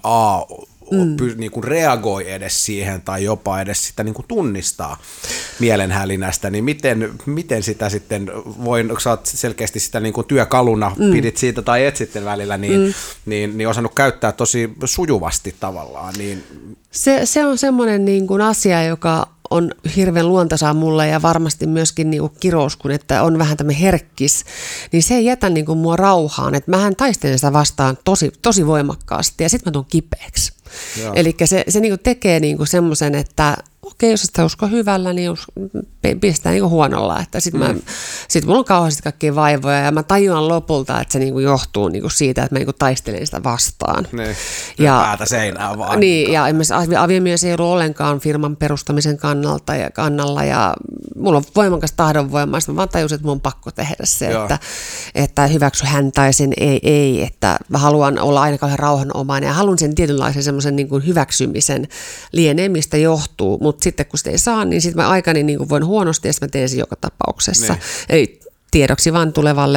Speaker 2: niin kuin reagoi edes siihen tai jopa edes sitä niin kuin tunnistaa mielenhälinästä, niin miten sitä sitten kun sä oot selkeästi sitä niin kuin työkaluna, pidit siitä tai et sitten välillä, niin osannut käyttää tosi sujuvasti tavallaan. Niin.
Speaker 3: Se on semmoinen niin kuin asia, joka on hirveän luontaisaa mulle ja varmasti myöskin niin kuin kirous, kun että on vähän tämmöinen herkkis, niin se ei jätä niin kuin mua rauhaan, että mähän taistelen sitä vastaan tosi voimakkaasti ja sitten mä tuun kipeäksi. Eli se niin kuin tekee niin kuin semmoisen, että okei, jos sitä usko hyvällä, niin pistää niin kuin huonolla. Että sit mulla on kauheasti kaikkia vaivoja ja mä tajuan lopulta, että se niin kuin johtuu niin kuin siitä, että mä niin kuin taistelen sitä vastaan.
Speaker 2: Ja päätä seinään vaan.
Speaker 3: Niin, ja esimerkiksi aviomies ei ollut ollenkaan firman perustamisen kannalla ja mulla on voimakas tahdonvoima, ja mä vaan tajusin, että mun on pakko tehdä se, että hyväksy hän tai sen ei, että mä haluan olla aina kauhean rauhanomainen ja haluan sen tietynlaisen semmoisen niin kuin hyväksymisen lienee, mistä johtuu, mutta sitten kun sitä ei saa, niin sitten mä aikani niin kuin voin huonosti ja sitten mä teen sen joka tapauksessa. Eli tiedoksi vaan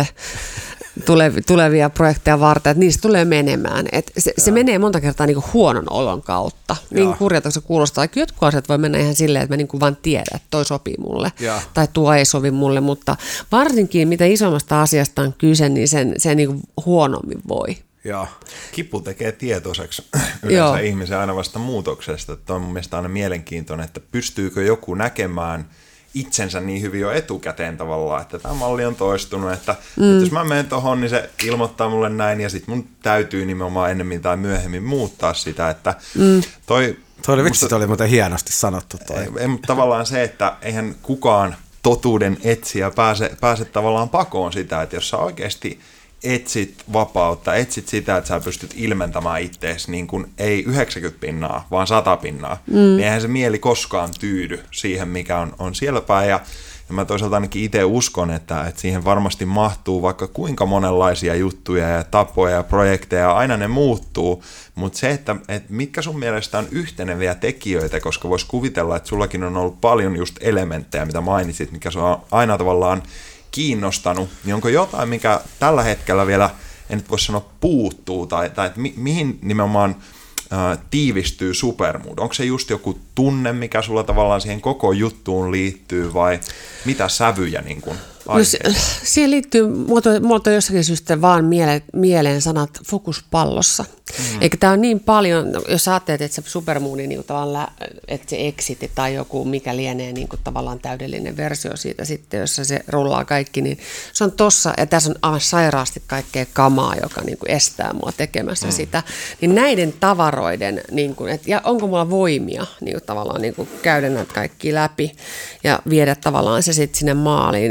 Speaker 3: tulevia projekteja varten, että niistä tulee menemään. Että se menee monta kertaa niin kuin huonon olon kautta. Niin kurjalta se kuulostaa. Jotkut asiat voi mennä ihan silleen, että mä niin kuin vaan tiedän, että toi sopii mulle tai tuo ei sovi mulle, mutta varsinkin mitä isommasta asiasta on kyse, niin se niin kuin huonommin voi.
Speaker 1: Joo. Kipu tekee tietoiseksi yleensä ihmisen aina vasta muutoksesta. Että on mun mielestä aina mielenkiintoinen, että pystyykö joku näkemään itsensä niin hyvin jo etukäteen tavallaan, että tämä malli on toistunut, että jos mä menen tohon, niin se ilmoittaa mulle näin, ja sitten mun täytyy nimenomaan ennemmin tai myöhemmin muuttaa sitä, että toi
Speaker 2: oli muuten hienosti sanottu toi.
Speaker 1: Mutta tavallaan se, että eihän kukaan totuuden etsijä pääse tavallaan pakoon sitä, että jos sä oikeasti etsit vapautta, etsit sitä, että sä pystyt ilmentämään ittees niin kuin ei 90%, vaan 100%, niin eihän se mieli koskaan tyydy siihen, mikä on siellä päin. Ja mä toisaalta ainakin itse uskon, että siihen varmasti mahtuu vaikka kuinka monenlaisia juttuja ja tapoja ja projekteja, aina ne muuttuu, mutta se, että mitkä sun mielestä on yhteneviä tekijöitä, koska vois kuvitella, että sullakin on ollut paljon just elementtejä, mitä mainitsit, mikä se on aina tavallaan kiinnostanut, niin onko jotain, mikä tällä hetkellä vielä, en nyt voi sanoa puuttuu, tai että mihin nimenomaan tiivistyy Supermood? Onko se just joku tunne, mikä sulla tavallaan siihen koko juttuun liittyy, vai mitä sävyjä niin kuin
Speaker 3: siihen liittyy muoto jossakin syystä vaan mieleen sanat fokuspallossa. Eikä tämä on niin paljon, jos ajattelet, että se Supermooni, niin tavallaan, että se exit tai joku, mikä lienee niin kuin tavallaan täydellinen versio siitä sitten, jossa se rullaa kaikki, niin se on tossa, ja tässä on aivan sairaasti kaikkea kamaa, joka niin kuin estää mua tekemässä sitä. Niin näiden tavaroiden, niin kuin, ja onko mulla voimia niin kuin tavallaan niin kuin käydä näitä kaikki läpi ja viedä tavallaan se sitten sinne maaliin.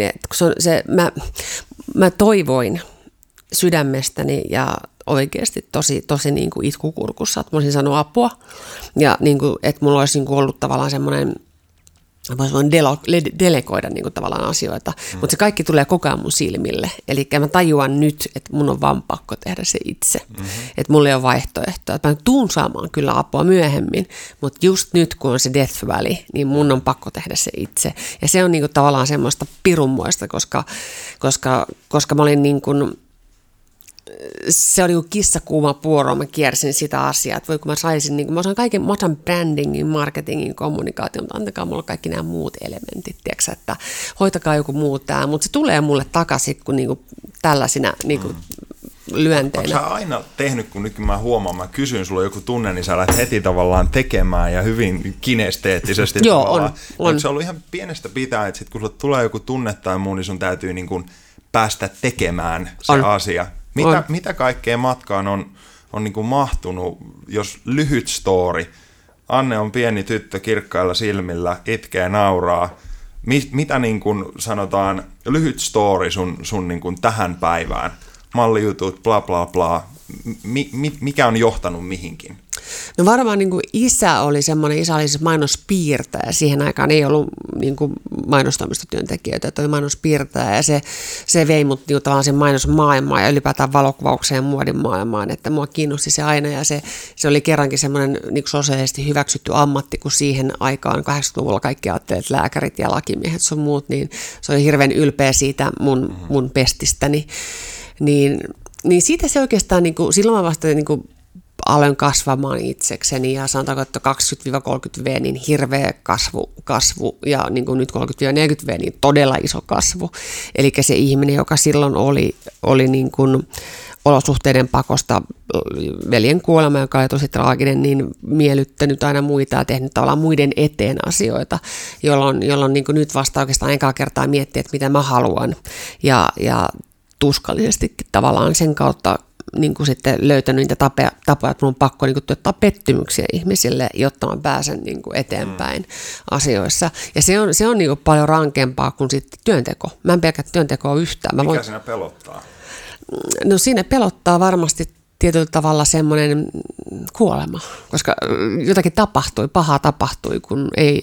Speaker 3: Mä toivoin sydämestäni ja oikeasti tosi niin kuin itkukurkussa, että mä olisin saanut apua ja niin kuin, että mulla olisi niin kuin ollut tavallaan semmoinen Mä voin delegoida niin kuin tavallaan asioita, mutta se kaikki tulee koko ajan mun silmille. Eli mä tajuan nyt, että mun on vaan pakko tehdä se itse. Että mulla ei ole vaihtoehtoa. Mä tuun saamaan kyllä apua myöhemmin, mutta just nyt, kun on se Death Valley, niin mun on pakko tehdä se itse. Ja se on niin kuin tavallaan semmoista pirunmoista, koska mä olin niin kuin, se oli kuin kissakuuma puoro, mä kiersin sitä asiaa, että voi kun mä saisin, niin kun mä osaan brandingin, marketingin, kommunikaation, mutta antakaa mulle kaikki nämä muut elementit, tiiäksä, että hoitakaa joku muu tää, mutta se tulee mulle takaisin, kun niin kuin tällaisina niin kuin lyönteinä.
Speaker 1: Onko sä aina tehnyt, kun nyt mä huomaan, mä kysyn, sulla on joku tunne, niin sä alat heti tavallaan tekemään ja hyvin kinesteettisesti.
Speaker 3: Joo, on.
Speaker 1: Onko se ollut ihan pienestä pitää, että sit kun sulla tulee joku tunne tai muu, niin sun täytyy niin kuin päästä tekemään se asia? Mitä kaikkea matkaan on niin kuin mahtunut, jos lyhyt story, Anne on pieni tyttö kirkkailla silmillä, itkee, nauraa, mitä niin kuin sanotaan, lyhyt story sun niin kuin tähän päivään, mallijutut, bla bla bla, mikä on johtanut mihinkin?
Speaker 3: No varmaan niin kuin isä oli siis mainospiirtäjä. Siihen aikaan ei ollut niin kuin mainostoimistotyöntekijöitä, että oli mainospiirtäjä ja se vei mut niin kuin tavallaan sen mainosmaailmaan ja ylipäätään valokuvaukseen ja muodin maailmaan, että mua kiinnosti se aina ja se oli kerrankin semmoinen niin kuin sosiaalisesti hyväksytty ammatti, kun siihen aikaan 80-luvulla kaikki ajattelivat, että lääkärit ja lakimiehet sun muut, niin se oli hirveän ylpeä siitä mun pestistäni. Niin siitä se oikeastaan, niin kuin, silloin mä vasta niin kuin aloin kasvamaan itsekseni ja sanotaanko, että 20-30V niin hirveä kasvu ja niin kuin nyt 30-40V niin todella iso kasvu. Eli se ihminen, joka silloin oli niin kuin olosuhteiden pakosta veljen kuolema, joka oli tosi traaginen, niin miellyttänyt aina muita ja tehnyt tavallaan muiden eteen asioita, jolloin niin kuin nyt vasta oikeastaan enkaa kertaa miettiä, että mitä mä haluan ja tuskallisestikin tavallaan sen kautta niin kuin sitten löytänyt niitä tapoja, että mun on pakko niin kuin tuottaa pettymyksiä ihmisille, jotta mä pääsen niin kuin eteenpäin asioissa. Ja se on niin kuin paljon rankempaa kuin sitten työnteko. Mä en pelkää työntekoa yhtään.
Speaker 1: Mikä siinä pelottaa?
Speaker 3: No siinä pelottaa varmasti tietyllä tavalla semmoinen kuolema, koska jotakin pahaa tapahtui, kun ei...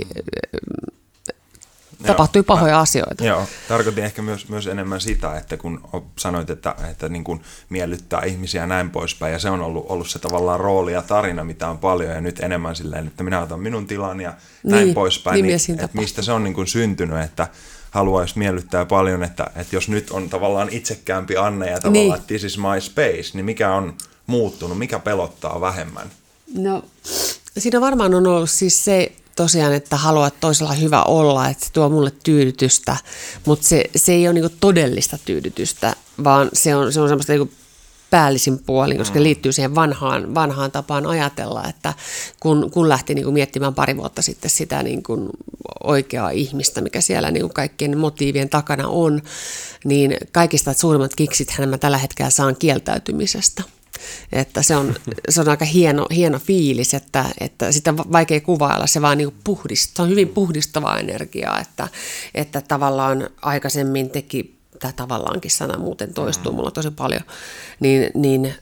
Speaker 3: Tapahtui pahoja asioita.
Speaker 1: Joo, tarkoitin ehkä myös enemmän sitä, että kun sanoit, että niin kuin miellyttää ihmisiä ja näin poispäin, ja se on ollut se tavallaan rooli ja tarina, mitä on paljon, ja nyt enemmän silleen, että minä otan minun tilan ja näin poispäin, niin että mistä se on niin kuin syntynyt, että haluaisi miellyttää paljon, että jos nyt on tavallaan itsekäämpi Anne ja tavallaan this is my space, niin mikä on muuttunut, mikä pelottaa vähemmän?
Speaker 3: No, siinä varmaan on ollut siis se, tosiaan, että haluaa, että toisella hyvä olla, että se tuo mulle tyydytystä, mutta se ei ole niinku todellista tyydytystä, vaan se on semmoista niinku päällisin puolin, koska se liittyy siihen vanhaan tapaan ajatella, että kun lähti niinku miettimään pari vuotta sitten sitä niinku oikeaa ihmistä, mikä siellä niinku kaikkien motiivien takana on, niin kaikista suurimmat kiksithän mä tällä hetkellä saan kieltäytymisestä. Että se on aika hieno fiilis, että sitä on vaikea kuvailla, se vaan niin se on hyvin puhdistavaa energiaa, että tavallaan aikaisemmin teki, tämä tavallaankin sana muuten toistuu mulla tosi paljon, niin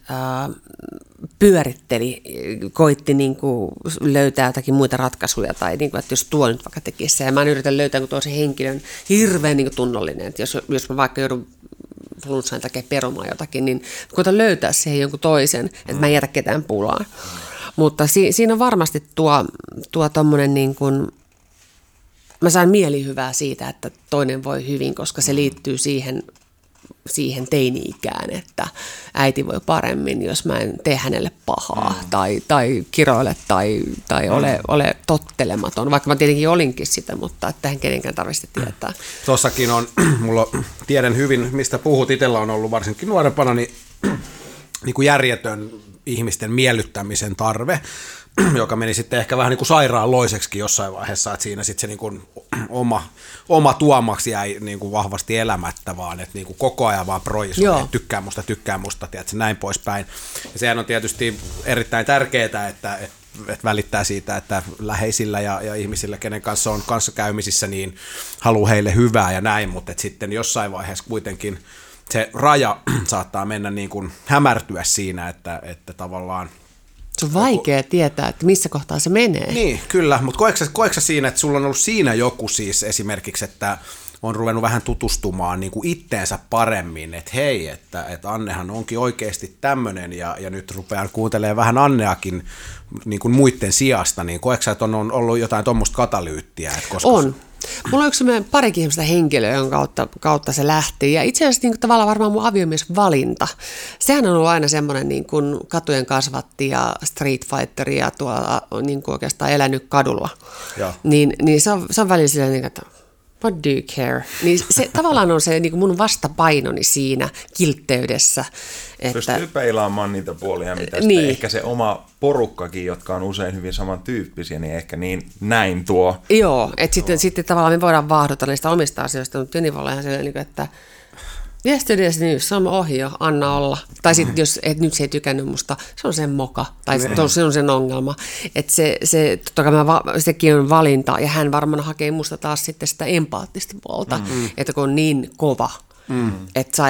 Speaker 3: pyöritteli, koitti niin kuin löytää jotakin muita ratkaisuja tai niin kuin, että jos tuo nyt vaikka tekisi se, ja mä yritän löytää toisen henkilön hirveän niin kuin tunnollinen, että jos mä vaikka joudun flunssain takia perumaan jotakin, niin koitan löytää siihen jonkun toisen, että mä en jätä ketään pulaan. Mutta siinä on varmasti tuo tommonen niin kuin, mä saan mielihyvää siitä, että toinen voi hyvin, koska se liittyy siihen teini-ikään, että äiti voi paremmin, jos mä en tee hänelle pahaa tai kiroile tai ole tottelematon, vaikka mä tietenkin olinkin sitä, mutta tähän kenenkään tarvitse tietää.
Speaker 2: Tossakin tiedän hyvin, mistä puhut, itsellä on ollut varsinkin nuorempana, niin kuin järjetön ihmisten miellyttämisen tarve, joka meni sitten ehkä vähän niin kuin sairaanloiseksi jossain vaiheessa, että siinä sitten se niin kuin oma tuomaksi jäi niin kuin vahvasti elämättä, vaan että niin kuin koko ajan vaan projisoi, että tykkää musta, tiedätkö, näin poispäin. Ja sehän on tietysti erittäin tärkeää, että välittää siitä, että läheisillä ja ihmisillä, kenen kanssa on kanssakäymisissä, niin haluaa heille hyvää ja näin, mutta sitten jossain vaiheessa kuitenkin se raja saattaa mennä niin kuin hämärtyä siinä, että tavallaan
Speaker 3: Se on vaikea tietää, että missä kohtaa se menee.
Speaker 2: Niin, kyllä, mutta koetko sä siinä, että sulla on ollut siinä joku siis esimerkiksi, että on ruvennut vähän tutustumaan niin kuin itteensä paremmin, että hei, että Annehan onkin oikeasti tämmöinen ja nyt rupean kuuntelemaan vähän Anneakin niin kuin muiden sijasta, niin koetko sä, että on ollut jotain tuommoista katalyyttiä?
Speaker 3: On. Mulla on yksi parikin ihmistä henkilöä, jonka kautta se lähti. Ja itse asiassa niin tavallaan varmaan mun aviomiesvalinta. Sehän on ollut aina semmoinen niin kuin katujen kasvatti ja street fighter ja tuolla niin kuin oikeastaan elänyt kadulla. Niin se on välillä silleen, että what do you care? Niin se tavallaan on se niin kuin mun vastapainoni siinä kiltteydessä.
Speaker 1: Pystyy peilaamaan niitä puolia, mitä niin. Ehkä se oma porukkakin, jotka on usein hyvin samantyyppisiä, niin ehkä niin näin tuo.
Speaker 3: Joo, että sitten tavallaan me voidaan vaahdota niistä omista asioista, mutta Joni voi olla ihan sellainen, että yesterday's news, se on ohi jo, anna olla. Tai sitten jos nyt se ei tykännyt musta, se on sen moka, tai se on sen ongelma. Että totta kai sekin on valinta, ja hän varmaan hakee musta taas sitten sitä empaattista puolta, että kun on niin kova, että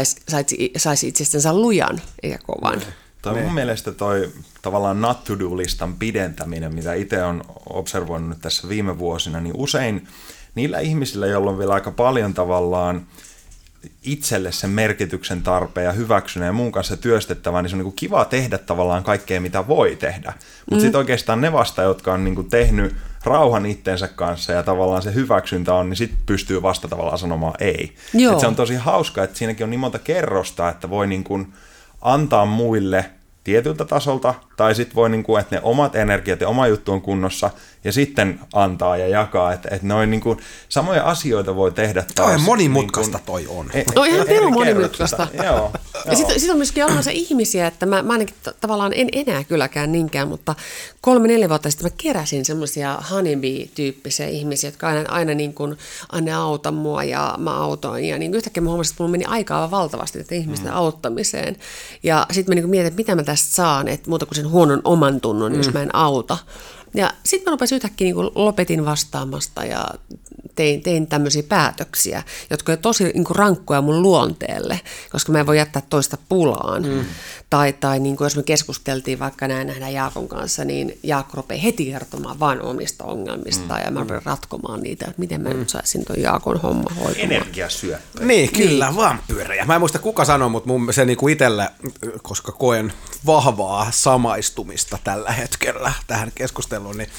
Speaker 3: saisi itsestensä lujan eikä kovan.
Speaker 1: Toi mun mielestä toi tavallaan not to do-listan pidentäminen, mitä itse on observoinut nyt tässä viime vuosina, niin usein niillä ihmisillä, joilla on vielä aika paljon tavallaan itselle sen merkityksen tarpeen ja hyväksyneen ja muun kanssa työstettävää, niin se on niin kuin kiva tehdä tavallaan kaikkea, mitä voi tehdä. Mutta sitten oikeastaan ne vasta, jotka on niin kuin tehnyt rauhan itsensä kanssa ja tavallaan se hyväksyntä on, niin sitten pystyy vasta tavallaan sanomaan ei. Et se on tosi hauska, että siinäkin on niin monta kerrosta, että voi niin kuin antaa muille tietyltä tasolta, tai sitten voi, niin kuin, että ne omat energiat ja oma juttu on kunnossa, ja sitten antaa ja jakaa, että noin niin kuin samoja asioita voi tehdä taas.
Speaker 2: Toi monimutkaista niin kuin, toi on.
Speaker 3: No ihan pirun monimutkaista. Joo. Ja sitten on myöskin olemassa ihmisiä, että mä ainakin tavallaan en enää kylläkään niinkään, mutta 3-4 vuotta sitten mä keräsin semmoisia honeybee-tyyppisiä ihmisiä, jotka aina niin kuin, Anne auta mua ja mä autoin, ja niin yhtäkkiä mä huomasin, että mulla meni aikaa valtavasti että ihmisten auttamiseen, ja sitten mä niin kuin mietin, että mitä mä tästä saan, että muuta kuin sen huonon oman tunnon, jos mä en auta. Ja sitten mä rupesin yhtäkkiä niin lopetin vastaamasta ja tein tämmöisiä päätöksiä, jotka on tosi niin rankkoja mun luonteelle, koska mä en voi jättää toista pulaan. Tai niin jos me keskusteltiin vaikka nähdään Jaakon kanssa, niin Jaakko rupeaa heti kertomaan vain omista ongelmista ja mä rupean ratkomaan niitä, että miten mä nyt saisin ton Jaakon homma hoitumaan.
Speaker 1: Energiasyöppö.
Speaker 2: Niin, kyllä, vampyyrejä. Mä en muista kuka sanoi, mutta se niin kuin itselle, koska koen vahvaa samaistumista tällä hetkellä tähän keskusteluun, niin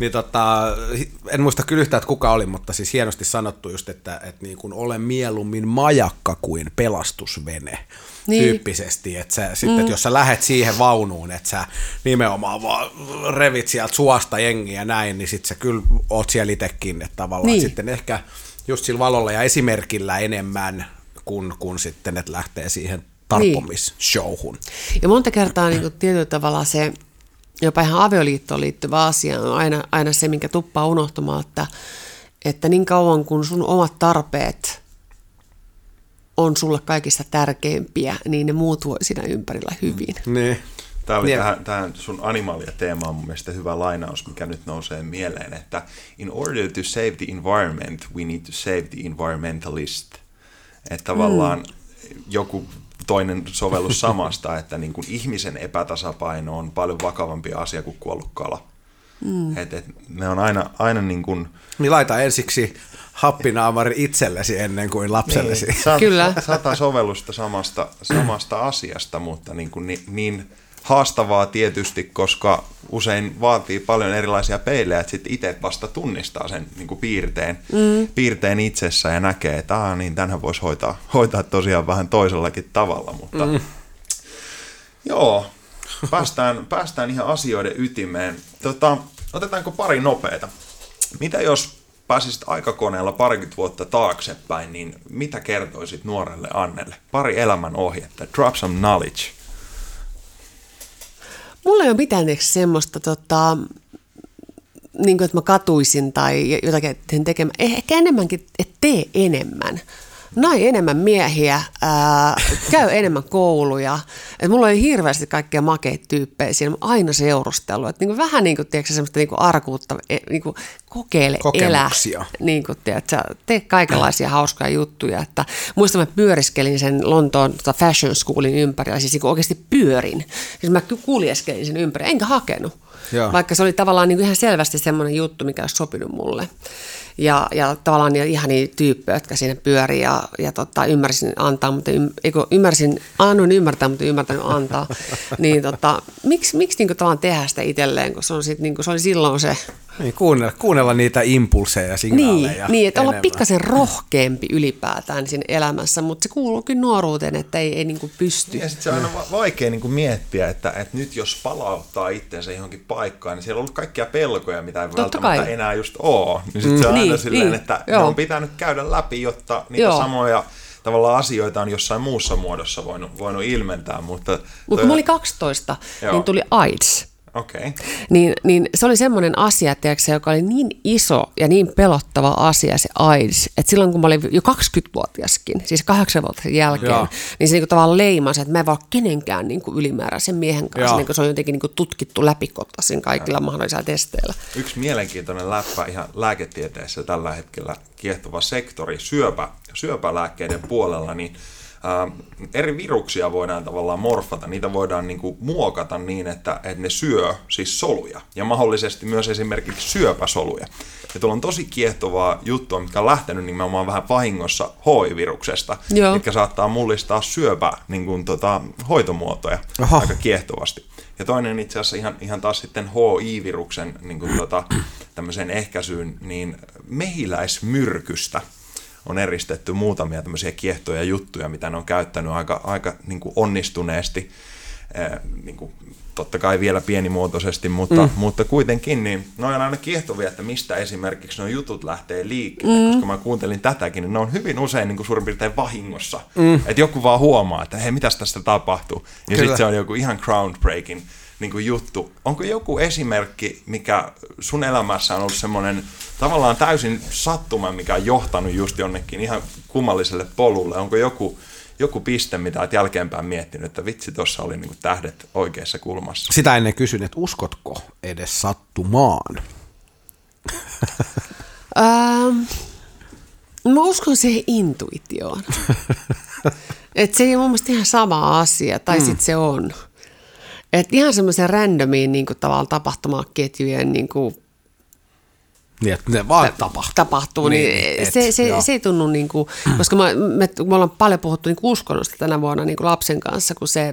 Speaker 2: en muista kyllä yhtään, että kuka oli, mutta siis hienosti sanottu just, että niin kuin olen mieluummin majakka kuin pelastusvene. Niin. Tyyppisesti, että sitten että jos sä lähet siihen vaunuun, että sä nimenomaan vaan revit sieltä suosta jengiä näin, niin sitten sä kyllä oot siellä itsekin, että tavallaan sitten ehkä just sillä valolla ja esimerkillä enemmän kuin sitten, että lähtee siihen tarppomishowhun.
Speaker 3: Ja monta kertaa niin tietyllä tavalla se, jopa ihan avioliittoon liittyvä asia on aina se, minkä tuppaa unohtumaan, että niin kauan kun sun omat tarpeet on sulle kaikista tärkeimpiä, niin ne muut voi siinä ympärillä hyvin.
Speaker 2: Niin.
Speaker 1: Tämä oli tähän sun animalia-teemaan mun mielestä hyvä lainaus, mikä nyt nousee mieleen, että in order to save the environment, we need to save the environmentalist. Että tavallaan joku toinen sovellus samasta, että niin kuin ihmisen epätasapaino on paljon vakavampi asia kuin kuollut kala. Et ne on aina niin kuin...
Speaker 2: Niin laita ensiksi happinaamari itsellesi ennen kuin lapsellesi.
Speaker 3: Niin, kyllä.
Speaker 1: 100 sovellusta samasta asiasta, mutta niin haastavaa tietysti, koska usein vaatii paljon erilaisia peilejä, että sitten itse vasta tunnistaa sen niin kuin piirteen itsessä ja näkee, että niin tämänhän voisi hoitaa tosiaan vähän toisellakin tavalla, mutta joo, päästään ihan asioiden ytimeen. Otetaanko pari nopeata? Mitä jos pääsisit aikakoneella 20 vuotta taaksepäin, niin mitä kertoisit nuorelle Annelle? Pari elämän ohjetta. Drop some knowledge.
Speaker 3: Mulla ei ole mitään semmoista, niin kuin, että mä katuisin tai jotakin tekemään. Ehkä enemmänkin, että tee enemmän. näin enemmän miehiä, käy enemmän kouluja. Et mulla oli hirveästi kaikkia makeita tyyppejä siinä, aina seurustellut. Et niinku vähän niin kuin, tiedätkö, semmoista niinku arkuutta, niinku kokeile, elä. Niinku, tiedätkö, tee kaikenlaisia hauskoja juttuja. Että, muistan, mä pyöriskelin sen Lontoon fashion schoolin ympärillä, siis niinku oikeasti pyörin. Siis mä kuljeskelin sen ympärillä, enkä hakenut. Joo. Vaikka se oli tavallaan niinku ihan selvästi semmoinen juttu, mikä olisi sopinut mulle. Ja tavallaan ihania tyyppejä, jotka siinä pyörii ja ymmärsin antaa, mutta annoin ymmärtää, mutta ymmärtänyt antaa. Niin miksi niinku tavallaan tehdä sitä itselleen, kun se on sit, niinku, se oli silloin se...
Speaker 2: Niin, kuunnella niitä impulseja ja signaaleja.
Speaker 3: Niin, että olla pikkasen rohkeampi ylipäätään siinä elämässä, mutta se kuuluu kyllä nuoruuteen, että ei niinku pysty.
Speaker 1: Ja sitten se on aina vaikea niinku miettiä, että nyt jos palauttaa itsensä johonkin paikkaan, niin siellä on ollut kaikkia pelkoja, mitä ei välttämättä enää just ole. Niin sitten se on aina silleen, että ne on pitänyt käydä läpi, jotta niitä samoja tavallaan asioita on jossain muussa muodossa voinut ilmentää. Mutta
Speaker 3: kun mä olin 12, niin tuli AIDS.
Speaker 1: Okay.
Speaker 3: Niin se oli semmoinen asia, tiedätkö, joka oli niin iso ja niin pelottava asia se AIDS, että silloin kun mä olin jo 20-vuotiaskin, siis 8 vuotta jälkeen, niin se niin tavallaan leimasi, että mä en voi olla kenenkään niin ylimääräisen miehen kanssa, niin se on jotenkin niin tutkittu läpikottaisin kaikilla mahdollisilla testeillä.
Speaker 1: Yksi mielenkiintoinen läppä ihan lääketieteessä tällä hetkellä kiehtova sektori syöpälääkkeiden puolella, niin eri viruksia voidaan tavallaan morfata, niitä voidaan niinku muokata niin, että ne syö siis soluja ja mahdollisesti myös esimerkiksi syöpäsoluja. Ja tuolla on tosi kiehtovaa juttua, mikä on lähtenyt nimenomaan vähän vahingossa HIV-viruksesta, mitkä saattaa mullistaa hoitomuotoja aika kiehtovasti. Ja toinen itse asiassa ihan taas sitten HI-viruksen tämmöiseen ehkäisyyn, niin mehiläismyrkystä on eristetty muutamia tämmöisiä kiehtoja juttuja, mitä ne on käyttänyt aika niin kuin onnistuneesti, niin kuin, totta kai vielä pienimuotoisesti, mutta kuitenkin niin ne on aina kiehtovia, että mistä esimerkiksi nuo jutut lähtee liikkeelle, koska mä kuuntelin tätäkin, niin ne on hyvin usein niin kuin suurin piirtein vahingossa, että joku vaan huomaa, että hei, mitäs tästä tapahtuu, ja sitten se on joku ihan groundbreaking niin kuin juttu. Onko joku esimerkki, mikä sun elämässä on ollut semmoinen tavallaan täysin sattuma, mikä on johtanut just jonnekin ihan kummalliselle polulle? Onko joku piste, mitä olet jälkeenpäin miettinyt, että vitsi, tuossa oli niin kuin tähdet oikeassa kulmassa?
Speaker 2: Sitä ennen kysyn, että uskotko edes sattumaan?
Speaker 3: Mä uskon siihen intuitioon. Että se ei ole mun mielestä ihan sama asia, tai sitten se on. Että ihan semmoisen randomiin niin kuin tavallaan tapahtumaketjujen niin kuin
Speaker 2: niin, että ne vaan
Speaker 3: tapahtuu, niin se ei tunnu, niin kuin, koska me ollaan paljon puhuttu niin kuin uskonnosta tänä vuonna niin kuin lapsen kanssa, kun se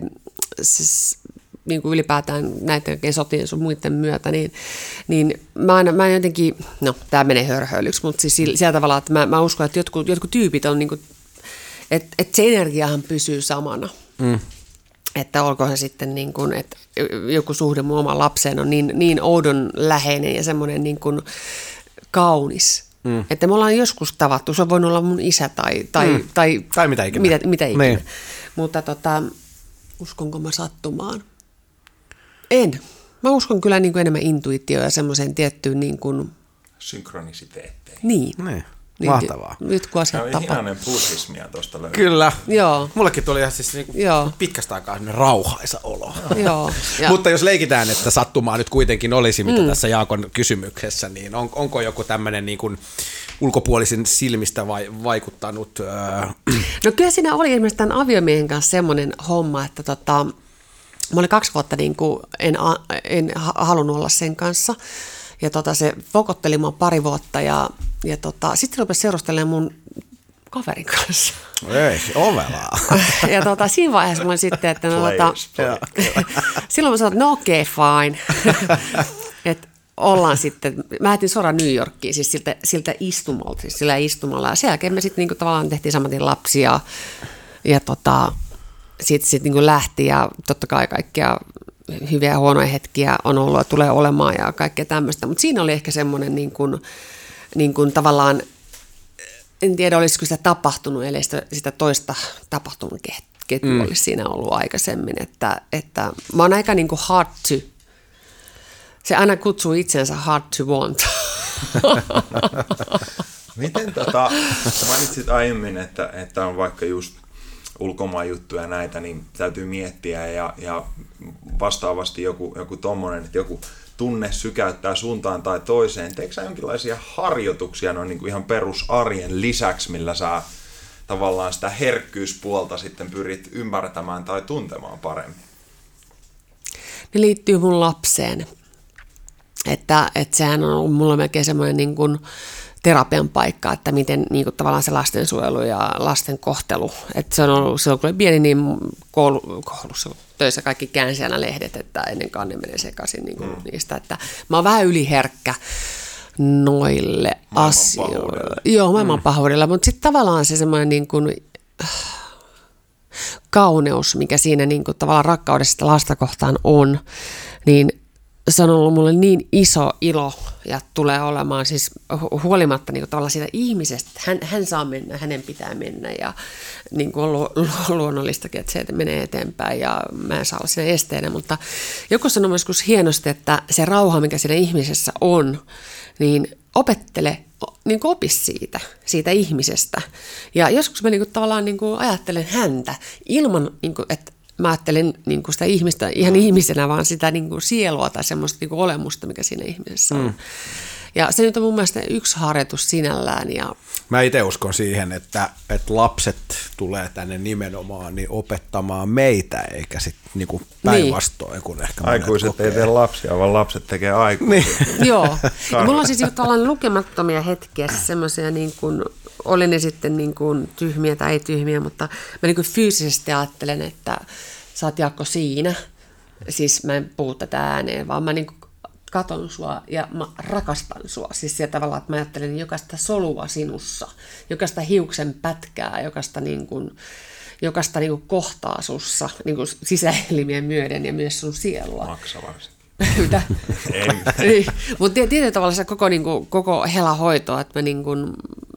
Speaker 3: niin kuin ylipäätään näiden sotien sun muiden myötä, niin mä jotenkin, no tämä menee hörhöilyksi, mutta siis sillä tavalla, että mä uskon, että jotkut tyypit on, niin kuin, että se energiahan pysyy samana. Että olkoon se sitten niin kuin, että joku suhde mun oman lapseen on niin oudon läheinen ja semmoinen niin kuin kaunis. Että me ollaan joskus tavattu, se on voinut olla mun isä tai
Speaker 2: mitä ikinä.
Speaker 3: Mitä ikinä. Niin. Mutta uskonko mä sattumaan? En. Mä uskon kyllä niin kuin enemmän intuitioon ja semmoiseen tiettyyn niin kuin
Speaker 1: synkronisiteettiin.
Speaker 3: Niin.
Speaker 2: Niin, mahtavaa.
Speaker 3: Nyt kun asiat tapahtuu.
Speaker 1: Ihanen buddhismia tuosta löytyy.
Speaker 2: Kyllä.
Speaker 3: Joo.
Speaker 2: Mullekin tuli ihan siis niinku pitkästä aikaa rauhaisa olo.
Speaker 3: Joo.
Speaker 2: Mutta jos leikitään, että sattumaa nyt kuitenkin olisi, mitä tässä Jaakon kysymyksessä, niin onko joku tämmöinen niin kuin ulkopuolisen silmistä vaikuttanut?
Speaker 3: No kyllä siinä oli esimerkiksi tämän aviomiehen kanssa semmoinen homma, että mä olin 2 vuotta niin kuin en halunnut olla sen kanssa. Ja se vokotteli mua 2 vuotta ja sitten rupesi seurustelemaan mun kaverin kanssa.
Speaker 2: Ei, ovelaa.
Speaker 3: Ja siinä vaiheessa mä olin sitten, että silloin mä sanoin, että no okei, fine. Että ollaan sitten, mä lähdin suoraan New Yorkiin, siis siltä istumalta, siis sillä istumalla. Ja sen jälkeen me sitten niinku tavallaan tehtiin samatin lapsia ja sitten niinku lähti ja totta kai kaikkia hyviä ja huonoja hetkiä on ollut ja tulee olemaan ja kaikkea tämmöistä, mutta siinä oli ehkä semmoinen niin kuin tavallaan, en tiedä olisiko sitä tapahtunut, ellei sitä toista tapahtunut ketjua olisi siinä ollut aikaisemmin, että mä oon aika niin kuin hard to, se aina kutsuu itsensä hard to want.
Speaker 1: Miten mainitsit aiemmin, että on vaikka just ulkomaan juttuja ja näitä, niin täytyy miettiä ja vastaavasti joku tommonen, että joku tunne sykäyttää suuntaan tai toiseen. Teekö sä jonkinlaisia harjoituksia noin niin kuin ihan perusarjen lisäksi, millä sä tavallaan sitä herkkyyspuolta sitten pyrit ymmärtämään tai tuntemaan paremmin?
Speaker 3: Ne liittyy mun lapseen. Että sehän on ollut mulle melkein semmoinen niin kuin terapian paikka, että miten niin kuin tavallaan se lastensuojelu ja lasten kohtelu. Että se on ollut silloin, kun oli pieni, niin koulussa töissä kaikki käänsi aina lehdet, että ennen kuin ne menee sekaisin niin kuin niistä. Että mä oon vähän yliherkkä noille asioille. Joo, maailman pahuudella, mutta sitten tavallaan se semmoinen niin kuin kauneus, mikä siinä niin kuin tavallaan rakkaudesta lasta kohtaan on, niin se on ollut mulle niin iso ilo ja tulee olemaan siis huolimatta niin kuin tavallaan siitä ihmisestä, että hän saa mennä, hänen pitää mennä ja niin kuin on luonnollistakin, että se menee eteenpäin ja mä en saa olla siinä esteenä, mutta joku sanoi joskus hienosti, että se rauha, mikä siinä ihmisessä on, niin opettele, niin kuin opi siitä ihmisestä. Ja joskus mä niin kuin tavallaan niin kuin ajattelen häntä ilman, niin kuin, että mä ajattelen niin kuin sitä ihmistä ihan ihmisenä, vaan sitä niin kuin sielua tai semmoista niin kuin olemusta, mikä siinä ihmisessä on. Ja se nyt on mun mielestä yksi harjoitus sinällään. Ja
Speaker 2: mä itse uskon siihen, että lapset tulee tänne nimenomaan niin opettamaan meitä, eikä sitten niinku päinvastoin, kun ehkä
Speaker 1: aikuiset ei tee lapsia, vaan lapset tekee aikuisia.
Speaker 3: Niin. Joo. Ja mulla on siis lukemattomia hetkiä, semmoisia niin kuin, oli ne sitten niin kuin tyhmiä tai ei tyhmiä, mutta mä niin kuin fyysisesti ajattelen, että sä oot Jaakko siinä. Siis mä en puhu tätä ääneen, vaan mä niin kuin katon sua ja mä rakastan sua. Siis sillä tavalla, että mä ajattelen jokaista solua sinussa, jokaista hiuksen pätkää, jokaista niin kuin kohtaa sussa niin kuin sisäelimien myöden ja myös sun sielua.
Speaker 1: Maksa varsin.
Speaker 3: Mitä? Ei. Mutta tietyllä tavalla se koko helahoitoa, että mä niin kuin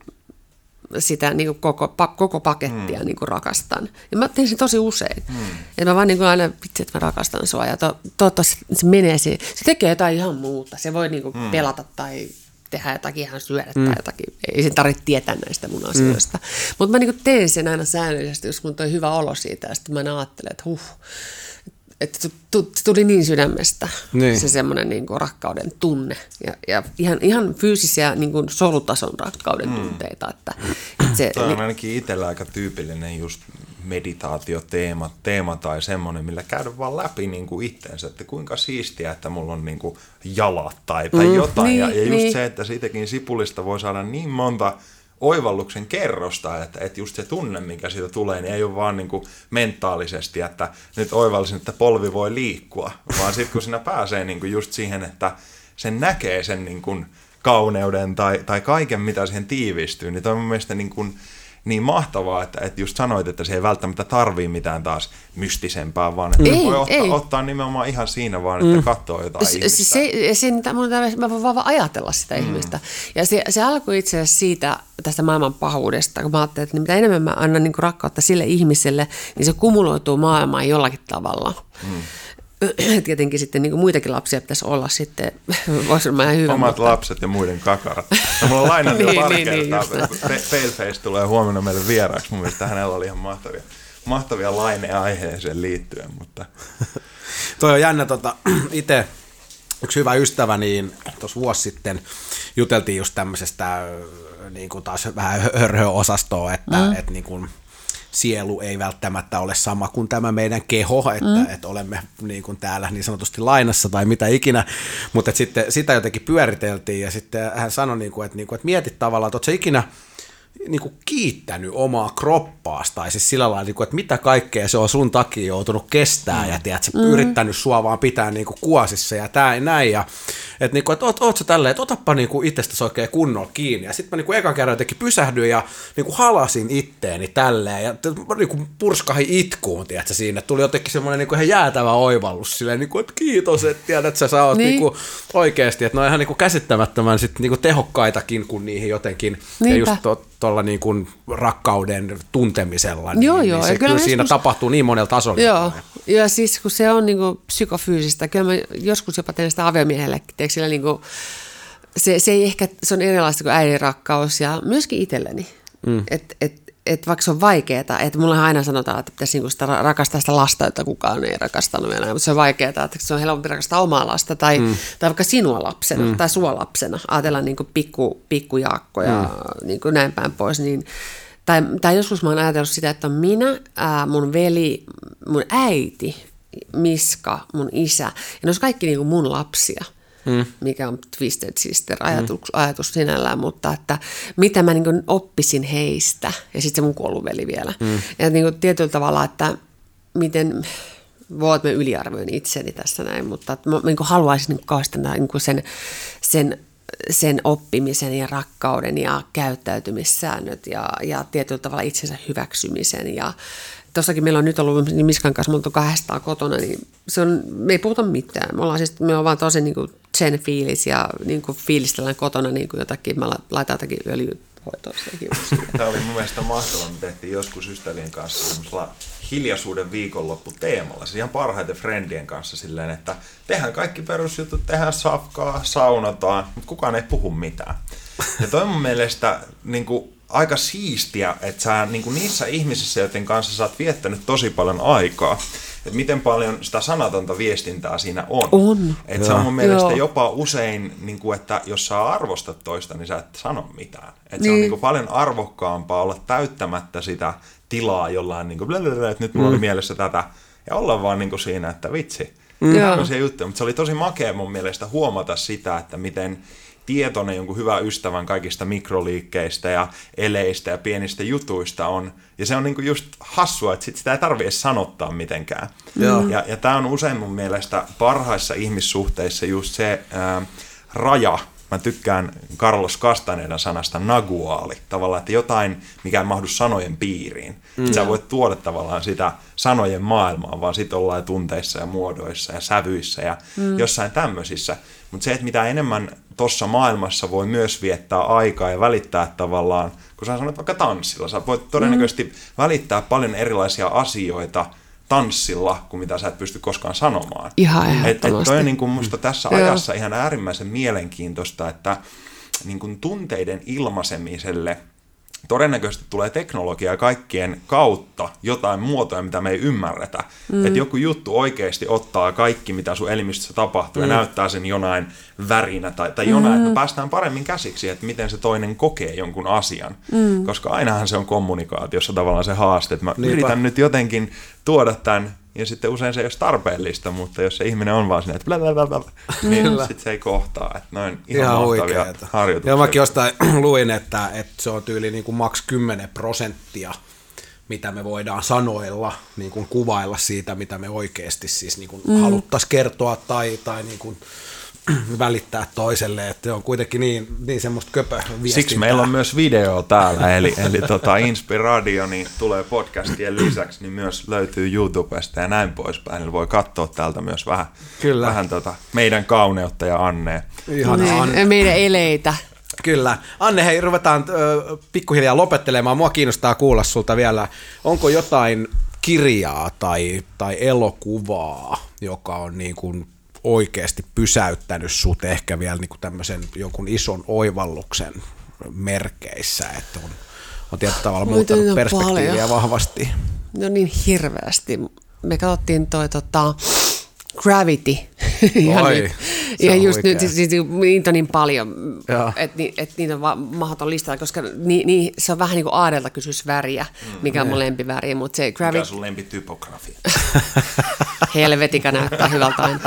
Speaker 3: sitä niin kuin koko pakettia niin kuin rakastan. Ja mä teen sen tosi usein. Ja mä vaan niin kuin aina, vitsi, että mä rakastan sua. Ja toivottavasti se menee siihen. Se tekee jotain ihan muuta. Se voi niin kuin pelata tai tehdä jotakin ihan syödä tai jotakin. Ei sen tarvitse tietää näistä mun asioista. Mutta mä niin kuin teen sen aina säännöllisesti, jos mun toi hyvä olo siitä. Ja sitten mä aina ajattelen, että että se tuli niin sydämestä, se semmoinen niin kuin rakkauden tunne. Ja ihan fyysisiä niin kuin solutason rakkauden tunteita. Että
Speaker 1: Tämä on ainakin itsellä aika tyypillinen just meditaatioteema tai semmoinen, millä käydä vaan läpi niin kuin itsensä, että kuinka siistiä, että mulla on niin kuin jalat tai jotain. Ja just se, että siitäkin sipulista voi saada niin monta oivalluksen kerrosta, että just se tunne, mikä siitä tulee, niin ei ole vaan niin kuin mentaalisesti, että nyt oivallisin, että polvi voi liikkua, vaan sitten kun siinä pääsee niin kuin just siihen, että sen näkee sen niin kuin kauneuden tai kaiken, mitä siihen tiivistyy, niin toi on mun mielestä niin mahtavaa, että just sanoit, että se ei välttämättä tarvii mitään taas mystisempää, vaan että voi ottaa nimenomaan ihan siinä vaan, että katsoo jotain ihmistä.
Speaker 3: Mä voin vaan ajatella sitä ihmistä. Ja se alkoi itse asiassa siitä, tästä maailman pahuudesta, kun mä ajattelin, että mitä enemmän mä annan niin kuin rakkautta sille ihmiselle, niin se kumuloituu maailmaan jollakin tavalla. Tietenkin sitten niin kuin muitakin lapsia pitäisi olla sitten, voisi olla hyvä.
Speaker 1: Omat lapset ja muiden kakarat. No, mulla on lainattu pari kertaa. Paleface tulee huomenna meille vieraaksi. Mun mielestä hänellä oli ihan mahtavia laineja aiheeseen liittyen. Mutta
Speaker 2: toi on jännä, itse yksi hyvä ystävä, niin tuossa vuosi sitten juteltiin just tämmöisestä niin kuin taas vähän hörhö-osastoa, että niin kuin sielu ei välttämättä ole sama kuin tämä meidän keho, että olemme niin kuin täällä niin sanotusti lainassa tai mitä ikinä, mutta sitten sitä jotenkin pyöriteltiin ja sitten hän sanoi, että mietit tavallaan, että ootko sä ikinä niin kuin kiittänyt omaa kroppaasta, tai siis sillä lailla, että mitä kaikkea se on sun takia joutunut kestää, ja tiedätkö, yrittänyt sua vaan pitää niin kuin kuosissa ja näin, ja että niin oot sä tälleen, että otappa niin kuin itsestäsi oikein kunnolla kiinni, ja sitten mä niin kuin ekan kerran jotenkin pysähdyin ja niin kuin halasin itteeni tälleen, ja niin kuin purskahin itkuun, tiedätkö, siinä tuli jotenkin semmoinen niin kuin ihan jäätävä oivallus, silleen, niin kuin, että kiitos, että tiedät, että sä oot niin kuin oikeasti, että ne on ihan niin kuin käsittämättömän sit niin kuin tehokkaitakin, kun niihin jotenkin, ja just tuolla niin kuin rakkauden tuntemisella, niin se kyllä siinä tapahtuu niin monella tasolla.
Speaker 3: Joo, ja siis kun se on niin kuin psykofyysistä, kyllä mä joskus jopa teen sitä aviomiehellekin, sillä niin kuin se ei ehkä, se on erilaista kuin äidin rakkaus ja myöskin itselleni. Että vaikka se on vaikeaa, että mulla aina sanotaan, että pitäisi niinku sitä rakastaa sitä lasta, jota kukaan ei rakastanut enää, mutta se on vaikeaa, että se on helpompi rakastaa omaa lasta tai vaikka sinua lapsena tai sua lapsena. Ajatellaan niinku pikku Jaakko ja niinku näin päin pois. Niin, tai joskus mä oon ajatellut sitä, että minä, mun veli, mun äiti, Miska, mun isä, ja ne olisi kaikki niinku mun lapsia. Mikä on Twisted Sister ajatus sinällään, mutta että mitä mä niin kuin oppisin heistä, ja sitten se mun kuollut veli vielä. Ja niin kuin tietyllä tavalla, että miten, voit mä yliarvioin itseni tässä näin, mutta että mä niin kuin haluaisin niin kauheasti niin kuin sen oppimisen ja rakkauden ja käyttäytymissäännöt ja tietyllä tavalla itsensä hyväksymisen ja tuossakin meillä on nyt ollut Miskan kanssa, mulla on 200 kotona, niin me ei puhuta mitään. Me ollaan vaan tosi niin kuin zen fiilis ja niin kuin fiilistellään kotona niin kuin jotakin, mä laitan jotakin öljyhoitoa hiuksia.
Speaker 1: Tämä oli mun mielestä mahtavaa, me tehtiin joskus ystävien kanssa semmoisella hiljaisuuden viikonloppu teemalla, siis ihan parhaiten friendien kanssa silleen, että tehdään kaikki perusjutut, tehdään safkaa, saunotaan, mutta kukaan ei puhu mitään. Ja toi mun mielestä niin kuin aika siistiä, että sä niin niissä ihmisissä, joiden kanssa sä oot viettänyt tosi paljon aikaa, että miten paljon sitä sanatonta viestintää siinä on. Että se on mun mielestä jopa usein, niin kuin, että jos sä arvostat toista, niin sä et sano mitään. Että se on niin kuin paljon arvokkaampaa olla täyttämättä sitä tilaa jollain, niin kuin, että nyt mulla oli mielessä tätä, ja olla vaan niin kuin siinä, että vitsi, tämmöisiä juttuja. Mutta se oli tosi makea mun mielestä huomata sitä, että miten tietoinen jonkun hyvän ystävän kaikista mikroliikkeistä ja eleistä ja pienistä jutuista on. Ja se on niinku just hassua, että sitä ei tarvitse sanottaa mitenkään. Ja tämä on usein mun mielestä parhaissa ihmissuhteissa just se raja. Mä tykkään Carlos Castanedan sanasta naguaali. Tavallaan, että jotain, mikä ei mahdu sanojen piiriin. Sä voit tuoda tavallaan sitä sanojen maailmaa, vaan sit ollaan tunteissa ja muodoissa ja sävyissä ja jossain tämmöisissä. Mutta se, että mitä enemmän tuossa maailmassa voi myös viettää aikaa ja välittää tavallaan, kun sä sanot vaikka tanssilla, sä voit todennäköisesti välittää paljon erilaisia asioita tanssilla, kuin mitä sä et pysty koskaan sanomaan.
Speaker 3: Ihan ehdottomasti.
Speaker 1: Toi on niin kuin musta tässä ajassa ihan äärimmäisen mielenkiintoista, että niin kuin tunteiden ilmaisemiselle todennäköisesti tulee teknologiaa kaikkien kautta jotain muotoja, mitä me ei ymmärretä. Että joku juttu oikeasti ottaa kaikki, mitä sun elimistössä tapahtuu, ja näyttää sen jonain värinä tai jonain, että me päästään paremmin käsiksi, että miten se toinen kokee jonkun asian. Koska ainahan se on kommunikaatiossa tavallaan se haaste, että mä yritän nyt jotenkin tuoda tämän, ja sitten usein se ei ole tarpeellista, mutta jos se ihminen on vaan siinä, että niin sitten se ei kohtaa. Että noin ihan mahtavia harjoituksia.
Speaker 2: Ja mäkin jostain luin, että se on tyyli niin kuin maks 10%, mitä me voidaan sanoilla niin kuin kuvailla siitä, mitä me oikeasti siis niin kuin haluttaisiin kertoa tai niin kuin välittää toiselle, että se on kuitenkin niin semmoista köpöviestintää.
Speaker 1: Siksi meillä on myös video täällä, eli Inspiradio niin tulee podcastien lisäksi, niin myös löytyy YouTubesta ja näin poispäin, eli voi katsoa täältä myös vähän meidän kauneutta ja Annea.
Speaker 3: Ihana Anne. Meidän eleitä.
Speaker 2: Kyllä. Anne, hei, ruvetaan pikkuhiljaa lopettelemaan. Mua kiinnostaa kuulla sulta vielä, onko jotain kirjaa tai elokuvaa, joka on niin kuin oikeasti pysäyttänyt sut ehkä vielä niin kuin tämmöisen jonkun ison oivalluksen merkeissä, että on tietyllä tavalla muuttanut perspektiiviä paljon. Vahvasti.
Speaker 3: No niin hirveästi. Me katsottiin Gravity. Ja just nyt, siis niitä on niin paljon, että niitä on vaan mahdoton listalla, koska se on vähän niin kuin Aadelta kysyisi väriä, mikä on mun lempiväri, mutta se Gravity...
Speaker 1: Mikä on sun lempitypografia?
Speaker 3: Helvetika näyttää hyvältä aina.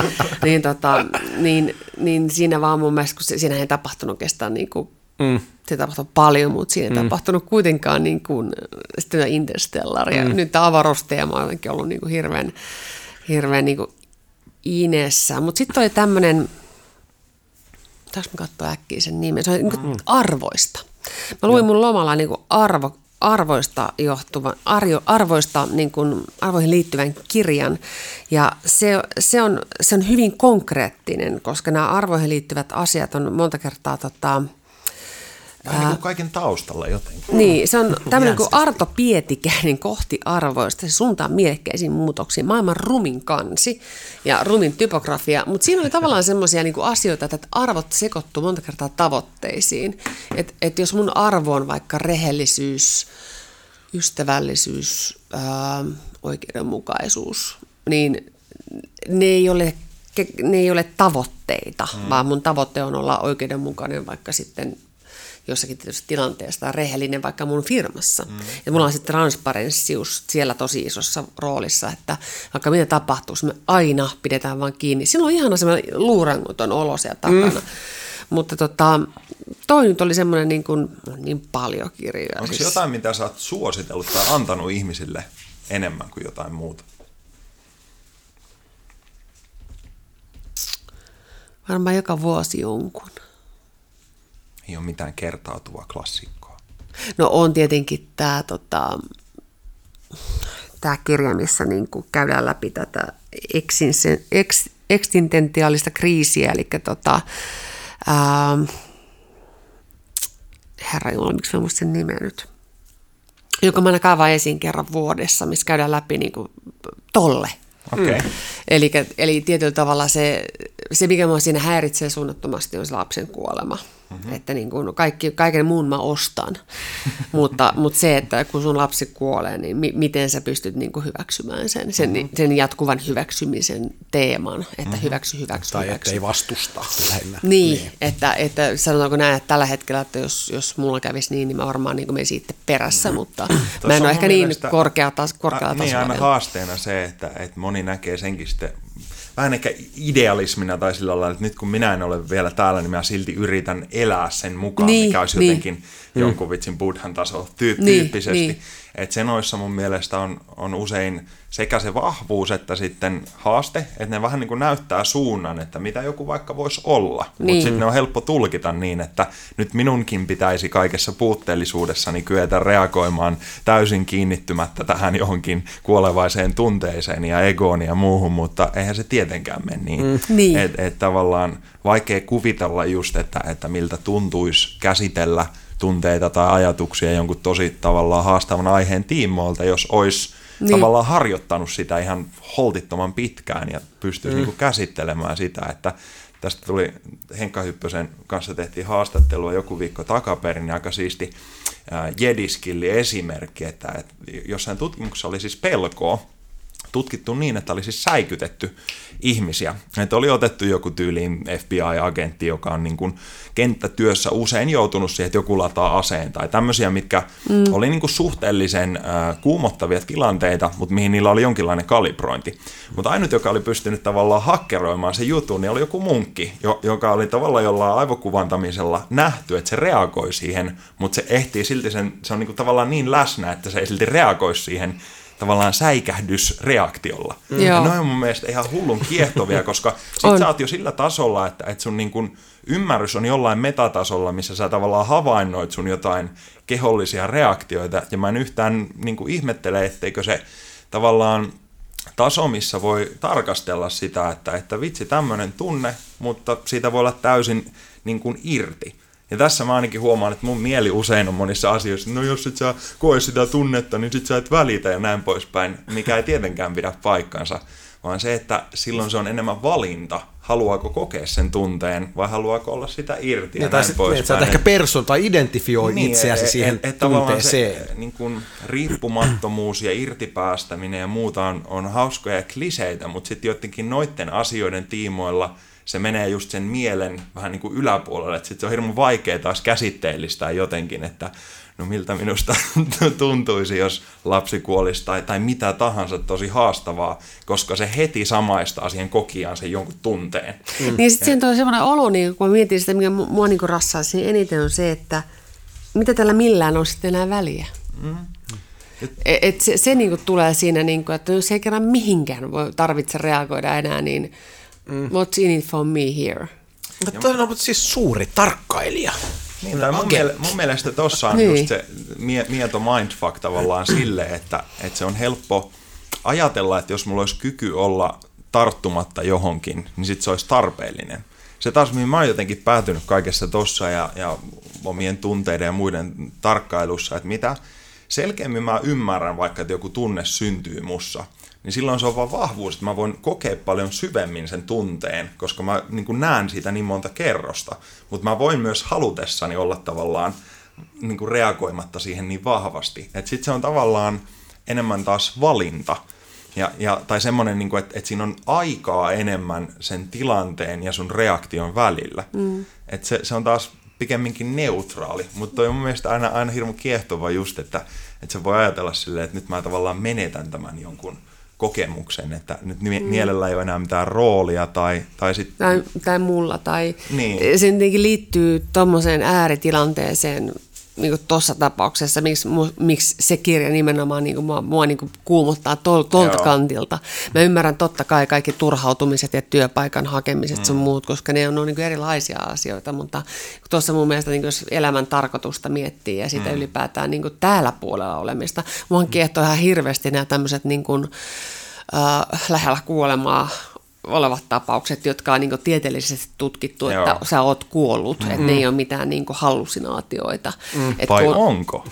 Speaker 3: Niin siinä vaan mun mielestä, kun siinä ei tapahtunut oikeastaan niin kuin, se tapahtui paljon, mutta siinä ei tapahtunut kuitenkaan niin kuin sitten Interstellar. Ja nyt tämä avaruusteema on jotenkin ollut niin kuin hirveän niin kuin inessä. Mutta sitten oli tämmöinen, taas mä katsoa äkkiä sen nimen, se on niin arvoista. Mä luin mun lomalla niin kuin arvoista johtuvan, niin kuin arvoihin liittyvän kirjan, ja se on hyvin konkreettinen, koska nämä arvoihin liittyvät asiat on monta kertaa
Speaker 1: Vähän niin kuin kaiken taustalla jotenkin.
Speaker 3: Niin, se on tämmöinen kuin Arto Pietikäinen kohti arvoista. Se suuntaa mielekkäisiin muutoksiin. Maailman rumin kansi ja rumin typografia. Mutta siinä oli tavallaan semmoisia niinku asioita, että arvot sekoittuu monta kertaa tavoitteisiin. Että jos mun arvo on vaikka rehellisyys, ystävällisyys, oikeudenmukaisuus, niin ne ei ole tavoitteita, vaan mun tavoite on olla oikeudenmukainen vaikka sitten jossakin tietysti tilanteessa tai rehellinen vaikka mun firmassa. Ja mulla on sitten transparenssi just siellä tosi isossa roolissa, että vaikka mitä tapahtuisi, me aina pidetään vaan kiinni. Siinä on ihana semmoinen luurangoton olo siellä takana. Mutta toi nyt oli semmoinen niin paljon kirjoja.
Speaker 1: Onko jotain, mitä sä oot suositellut tai antanut ihmisille enemmän kuin jotain muuta?
Speaker 3: Varmaan joka vuosi jonkun.
Speaker 1: Ei ole mitään kertautuvaa klassikkoa.
Speaker 3: No on tietenkin tämä kirja, missä niinku käydään läpi tätä eksistentiaalista kriisiä, eli herra Jumala, miksi mä muistin sen nimeä nyt, joka mä aina kaivaan esiin kerran vuodessa, missä käydään läpi niinku tolle.
Speaker 1: Okay.
Speaker 3: Eli tietyllä tavalla se, mikä mua siinä häiritsee suunnattomasti, on se lapsen kuolema. Että niin kuin kaiken muun mä ostan, mutta se, että kun sun lapsi kuolee, niin miten sä pystyt niin kuin hyväksymään sen jatkuvan hyväksymisen teeman, että hyväksy.
Speaker 2: Tai että ei vastusta lähinnä.
Speaker 3: Niin. Että sanotaanko näin, että tällä hetkellä, että jos mulla kävisi niin mä varmaan niin menen siitä perässä, mutta mä en ole ehkä niin korkealla tasolla.
Speaker 1: Niin aina haasteena se, että moni näkee senkin sitten vähän ehkä idealismina tai sillä lailla, että nyt kun minä en ole vielä täällä, niin mä silti yritän elää sen mukaan, mikä olisi jotenkin jonkun vitsin buddhan taso tyyppisesti. Että se noissa mun mielestä on usein sekä se vahvuus että sitten haaste, että ne vähän niin kuin näyttää suunnan, että mitä joku vaikka voisi olla. Mutta sitten ne on helppo tulkita niin, että nyt minunkin pitäisi kaikessa puutteellisuudessani kyetä reagoimaan täysin kiinnittymättä tähän johonkin kuolevaiseen tunteeseen ja egoon ja muuhun, mutta eihän se tietenkään mene niin. Että tavallaan vaikea kuvitella just, että miltä tuntuisi käsitellä tunteita tai ajatuksia jonkun tosi tavallaan haastavan aiheen tiimoilta, jos olisi tavallaan harjoittanut sitä ihan holtittoman pitkään ja pystyisi niinku käsittelemään sitä, että tästä tuli Henkka Hyppösen kanssa tehtiin haastattelua joku viikko takaperin, niin aika siisti jediskilli-esimerkki, että jossain tutkimuksessa oli siis pelkoa tutkittu niin, että oli siis säikytetty ihmisiä. Että oli otettu joku tyyliin FBI-agentti, joka on niin kuin kenttätyössä usein joutunut siihen, että joku lataa aseen tai tämmöisiä, mitkä oli niin kuin suhteellisen kuumottavia tilanteita, mutta mihin niillä oli jonkinlainen kalibrointi. Mutta ainut, joka oli pystynyt tavallaan hakkeroimaan se jutun, niin oli joku munkki, joka oli tavallaan jollain aivokuvantamisella nähty, että se reagoi siihen, mutta se ehtii silti se on niin kuin tavallaan niin läsnä, että se ei silti reagoi siihen tavallaan säikähdysreaktiolla. Ja ne on mun mielestä ihan hullun kiehtovia, koska sit sä oot jo sillä tasolla, että sun niin kun ymmärrys on jollain metatasolla, missä sä tavallaan havainnoit sun jotain kehollisia reaktioita, ja mä en yhtään niin kun ihmettele, etteikö se tavallaan taso, missä voi tarkastella sitä, että vitsi tämmöinen tunne, mutta siitä voi olla täysin niin kun irti. Ja tässä mä ainakin huomaan, että mun mieli usein on monissa asioissa, no jos et sä koe sitä tunnetta, niin sit sä et välitä ja näin poispäin, mikä ei tietenkään pidä paikkansa, vaan se, että silloin se on enemmän valinta, haluaako kokea sen tunteen vai haluaako olla sitä irti ja näin poispäin.
Speaker 2: Että sä et ehkä tai identifioi itseäsi siihen tunteeseen.
Speaker 1: Se niin kuin riippumattomuus ja irtipäästäminen ja muuta on hauskoja ja kliseitä, mutta sitten jotenkin noiden asioiden tiimoilla se menee just sen mielen vähän niin kuin yläpuolelle, että sitten se on hirveän vaikea taas käsitteellistää jotenkin, että no miltä minusta tuntuisi, jos lapsi kuolisi tai mitä tahansa tosi haastavaa, koska se heti samaistaa siihen kokijaan sen jonkun tunteen.
Speaker 3: Niin sitten siinä on semmoinen olo, niin kun mä mietin sitä, mikä mua niin rassaisi niin eniten on se, että mitä tällä millään on sitten enää väliä. Se niin kuin tulee siinä, niin kuin, että jos ei kerran mihinkään tarvitse reagoida enää, niin what's in it for me here?
Speaker 2: Mutta on siis suuri tarkkailija.
Speaker 1: Niin, mun mielestä tuossa on just se mieto mindfuck tavallaan sille, että se on helppo ajatella, että jos mulla olisi kyky olla tarttumatta johonkin, niin sit se olisi tarpeellinen. se taas, mihin mä oon jotenkin päätynyt kaikessa tossa ja omien tunteiden ja muiden tarkkailussa, että mitä selkeämmin mä ymmärrän vaikka, että joku tunne syntyy mussa, niin silloin se on vaan vahvuus, että mä voin kokea paljon syvemmin sen tunteen, koska mä niin kuin näen siitä niin monta kerrosta, mutta mä voin myös halutessani olla tavallaan niin kuin reagoimatta siihen niin vahvasti, että sitten se on tavallaan enemmän taas valinta, tai semmoinen, niin kuin, että siinä on aikaa enemmän sen tilanteen ja sun reaktion välillä, että se on taas pikemminkin neutraali, mutta toi on mun mielestä aina hirmu kiehtova just, että se voi ajatella silleen, että nyt mä tavallaan menetän tämän jonkun kokemuksen, että nyt mielellä ei ole enää mitään roolia tai sitten...
Speaker 3: Tai mulla, tai niin. Se tietenkin liittyy tommoseen ääritilanteeseen, niin kuin tuossa tapauksessa, miksi se kirja nimenomaan niin kuin mua niin kuin kuumottaa tuolta kantilta. Mä ymmärrän totta kai kaikki turhautumiset ja työpaikan hakemiset sun muut, koska ne on niin kuin erilaisia asioita, mutta tuossa mun mielestä niin kuin jos elämän tarkoitusta miettii ja sitä ylipäätään niin kuin täällä puolella olemista, mua kiehtoo ihan hirveästi nämä tämmöiset niin kuin, lähellä kuolemaa olevat tapaukset, jotka on niin kuin tieteellisesti tutkittu, että sä oot kuollut, että ne ei ole mitään niin kuin hallusinaatioita.
Speaker 1: Vai onko?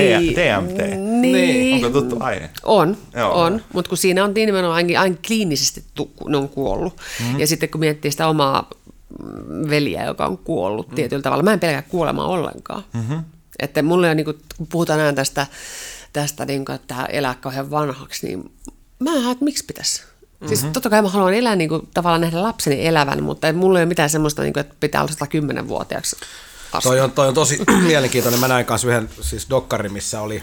Speaker 1: DMT?
Speaker 3: Niin.
Speaker 1: Onko tuttu aihe?
Speaker 3: On, mutta kun siinä on nimenomaan aina kliinisesti ne on kuollut. Ja sitten kun miettii sitä omaa veliä, joka on kuollut tietyllä tavalla, mä en pelkää kuolemaa ollenkaan. Että mulle on, niin kuin, kun puhutaan aina tästä niin kuin, että elää kauhean vanhaksi, niin mä en että miksi pitäisi? Siis totta kai mä haluan elää niin kuin, tavallaan nähdä lapseni elävän, mutta mulla ei ole mitään semmoista, niin kuin, että pitää olla 110-vuotiaaksi asti.
Speaker 2: Toi on tosi mielenkiintoinen. Mä näin kanssa yhden siis dokkari, missä oli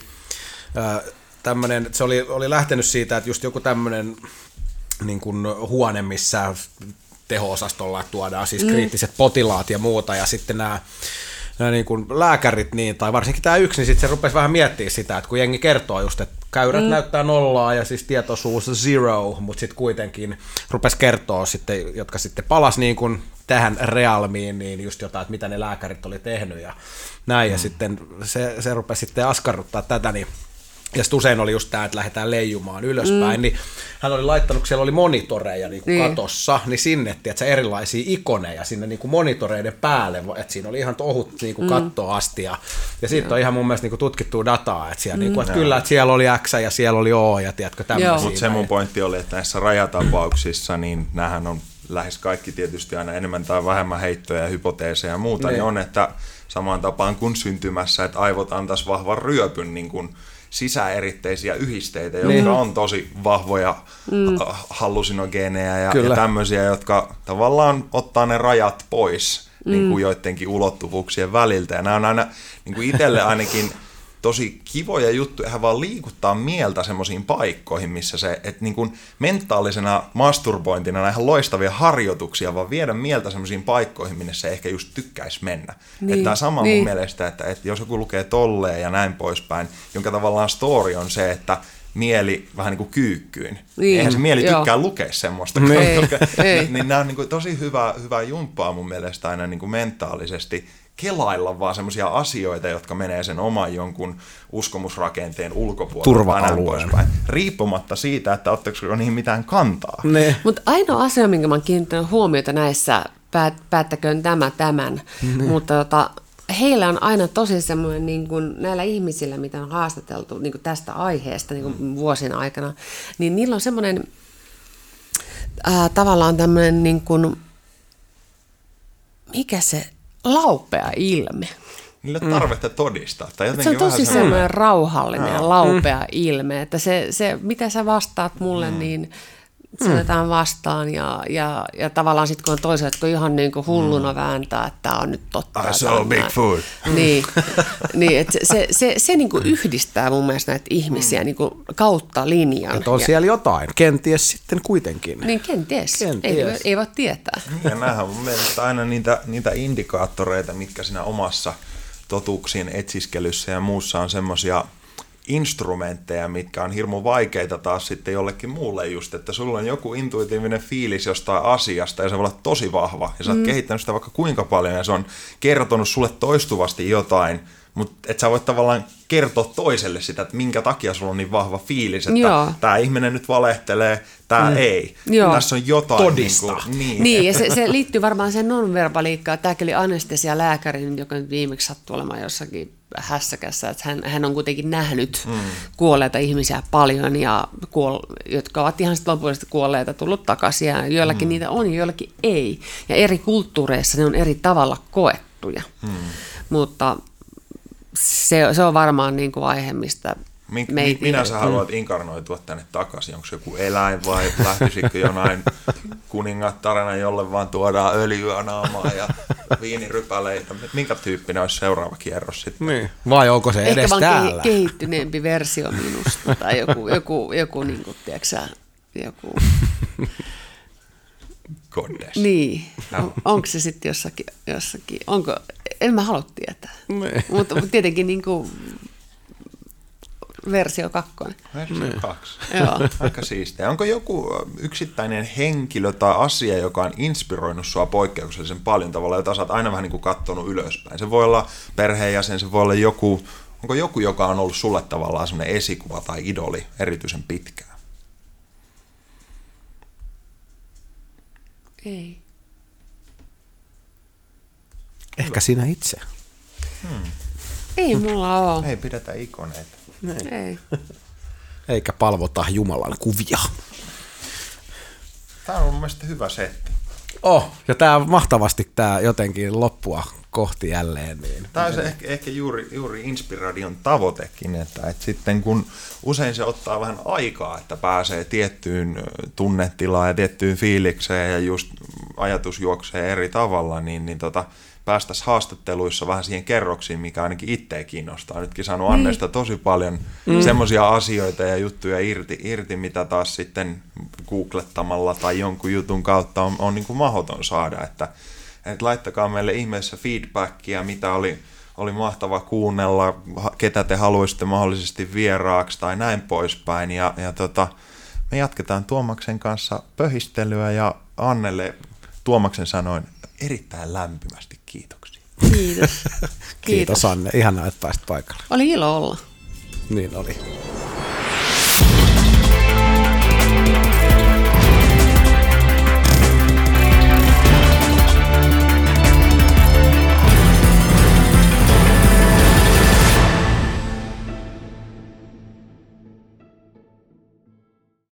Speaker 2: tämmöinen, se oli lähtenyt siitä, että just joku tämmöinen niin kuin huone, missä teho-osastolla tuodaan siis kriittiset potilaat ja muuta, ja sitten nämä niin kuin lääkärit, niin, tai varsinkin tämä yksi, niin sitten se rupesi vähän miettimään sitä, että kun jengi kertoo just, että käyrät näyttää nollaa ja siis tietoisuus zero, mutta sitten kuitenkin rupesi kertoa sitten, jotka sitten palasi niin kuin tähän realmiin, niin just jotain, että mitä ne lääkärit oli tehnyt ja näin, ja sitten se rupesi sitten askarruttaa tätä, niin ja sitten usein oli just tämä, että lähdetään leijumaan ylöspäin, niin hän oli laittanut, kun siellä oli monitoreja niin kuin katossa, niin sinne, että erilaisia ikoneja sinne niin kuin monitoreiden päälle, että siinä oli ihan ohut niin kuin kattoa asti, ja siitä on ihan mun mielestä niin kuin tutkittua dataa, että, siellä, niin kuin, että kyllä, että siellä oli X ja siellä oli O, ja tiedätkö tämmöisiä.
Speaker 1: Mutta se mun pointti oli, että näissä rajatapauksissa, niin näähän on lähes kaikki tietysti aina enemmän tai vähemmän heittoja ja hypoteeseja ja muuta, niin on, että samaan tapaan kuin syntymässä, että aivot antaisi vahvan ryöpyn niin kuin sisäeritteisiä yhdisteitä, jotka on tosi vahvoja hallusinogeeneja ja tämmöisiä, jotka tavallaan ottaa ne rajat pois niin kuin joidenkin ulottuvuuksien väliltä. Ja nämä on aina niin kuin itselle ainakin tosi kivoja juttuja, ihan vaan liikuttaa mieltä semmoisiin paikkoihin, missä se, että niin kuin mentaalisena masturbointina on ihan loistavia harjoituksia, vaan viedä mieltä semmoisiin paikkoihin, minne se ehkä just tykkäisi mennä. Että tämä sama mun mielestä, että jos joku lukee tolleen ja näin poispäin, jonka tavallaan story on se, että mieli vähän niin kuin kyykkyyn. Eihän se mieli tykkää lukea semmoista. Niin nämä on niin kuin tosi hyvä jumppaa mun mielestä aina niin kuin mentaalisesti kelailla vaan semmoisia asioita, jotka menee sen oman jonkun uskomusrakenteen ulkopuolelle.
Speaker 2: Turva-alueen.
Speaker 1: Riippumatta siitä, että ottaako niihin mitään kantaa.
Speaker 3: Mutta ainoa asia, minkä mä oon kiinnittänyt huomiota näissä, päättäköön tämän, mutta heillä on aina tosi semmoinen, niin kuin näillä ihmisillä, mitä on haastateltu niin kuin tästä aiheesta niin kuin vuosien aikana, niin niillä on semmoinen tavallaan tämmöinen, niin kuin, mikä se laupea ilme.
Speaker 1: Niillä on tarvetta todistaa. Tai
Speaker 3: se on tosi semmoinen rauhallinen ja laupea ilme, että se, mitä sä vastaat mulle, niin se otetaan vastaan ja tavallaan sitten kun on toiset, jotka ihan niin kuin hulluna vääntää, että tämä on nyt totta.
Speaker 1: I saw Bigfoot.
Speaker 3: Niin että se niin kuin yhdistää mun mielestä näitä ihmisiä niin kuin kautta linjan.
Speaker 2: Että on siellä jotain, kenties sitten kuitenkin.
Speaker 3: Niin kenties. Ei voi tietää.
Speaker 1: Ja nämähän on mun mielestä aina niitä indikaattoreita, mitkä siinä omassa totuuksien etsiskelyssä ja muussa on semmoisia instrumentteja, mitkä on hirmu vaikeita taas sitten jollekin muulle just, että sulla on joku intuitiivinen fiilis jostain asiasta ja se voi olla tosi vahva ja sä oot kehittänyt sitä vaikka kuinka paljon ja se on kertonut sulle toistuvasti jotain, mutta et sä voit tavallaan kertoa toiselle sitä, että minkä takia sulla on niin vahva fiilis, että tämä ihminen nyt valehtelee, tämä ei. Joo. Tässä on jotain.
Speaker 2: Todista.
Speaker 3: Niin ja se liittyy varmaan sen non-verbaliikkaan. Tämäkin oli anestesialääkäri, joka nyt viimeksi sattui olemaan jossakin hässäkässä, että hän on kuitenkin nähnyt kuolleita ihmisiä paljon, ja jotka ovat ihan lopullisesti kuolleita tullut takaisin, ja joillakin niitä on, ja joillakin ei. Ja eri kulttuureissa ne on eri tavalla koettuja. Mutta se on varmaan niin kuin aihe, mistä
Speaker 1: minä sä haluat inkarnoitua tänne takaisin? Onko se joku eläin vai lähtisikö jonain kuningattarena, jolle vaan tuodaan öljyä naamaan ja viinirypäleitä? Minkä tyyppinen olisi seuraava kierros sitten?
Speaker 2: Niin. Vai onko se edes täällä?
Speaker 3: Ehkä vaan kehittyneempi versio minusta tai joku niin kuin, tiedätkö, joku...
Speaker 1: Goddess.
Speaker 3: Niin. Onko se sitten jossakin? Onko? En mä halua tietää. Mutta tietenkin niin kuin versio 2.
Speaker 1: Versio 2. Joo. Aika siistiä. Onko joku yksittäinen henkilö tai asia, joka on inspiroinut sua poikkeuksellisen paljon tavalla, jota sä oot aina vähän niin kuin katsonut ylöspäin? Se voi olla perheenjäsen, se voi olla joku, onko joku, joka on ollut sulle tavallaan sellainen esikuva tai idoli erityisen pitkään?
Speaker 3: Ei.
Speaker 2: Ehkä sinä itse.
Speaker 3: Ei mulla ole.
Speaker 1: Ei pidetä ikoneita.
Speaker 3: Ei.
Speaker 2: Eikä palvota Jumalan kuvia.
Speaker 1: Tämä on mun mielestä hyvä setti.
Speaker 2: Ja tämä mahtavasti tämä jotenkin loppua kohti jälleen. Niin.
Speaker 1: Tämä on se ehkä juuri Inspiradion tavoitekin, että sitten kun usein se ottaa vähän aikaa, että pääsee tiettyyn tunnetilaan ja tiettyyn fiilikseen ja just ajatus juoksee eri tavalla, niin päästäisiin haastatteluissa vähän siihen kerroksiin, mikä ainakin itseä kiinnostaa. Nytkin saanut Annesta tosi paljon semmoisia asioita ja juttuja irti, mitä taas sitten googlettamalla tai jonkun jutun kautta on niin kuin mahdoton saada. Että laittakaa meille ihmeessä feedbackia, mitä oli mahtava kuunnella, ketä te haluaisitte mahdollisesti vieraaksi tai näin poispäin. Ja me jatketaan Tuomaksen kanssa pöhistelyä ja Annelle Tuomaksen sanoin erittäin lämpimästi kiitoksia.
Speaker 3: Kiitos.
Speaker 2: Kiitos Anne, ihanaa, että pääsit paikalle.
Speaker 3: Oli ilo olla.
Speaker 2: Niin oli.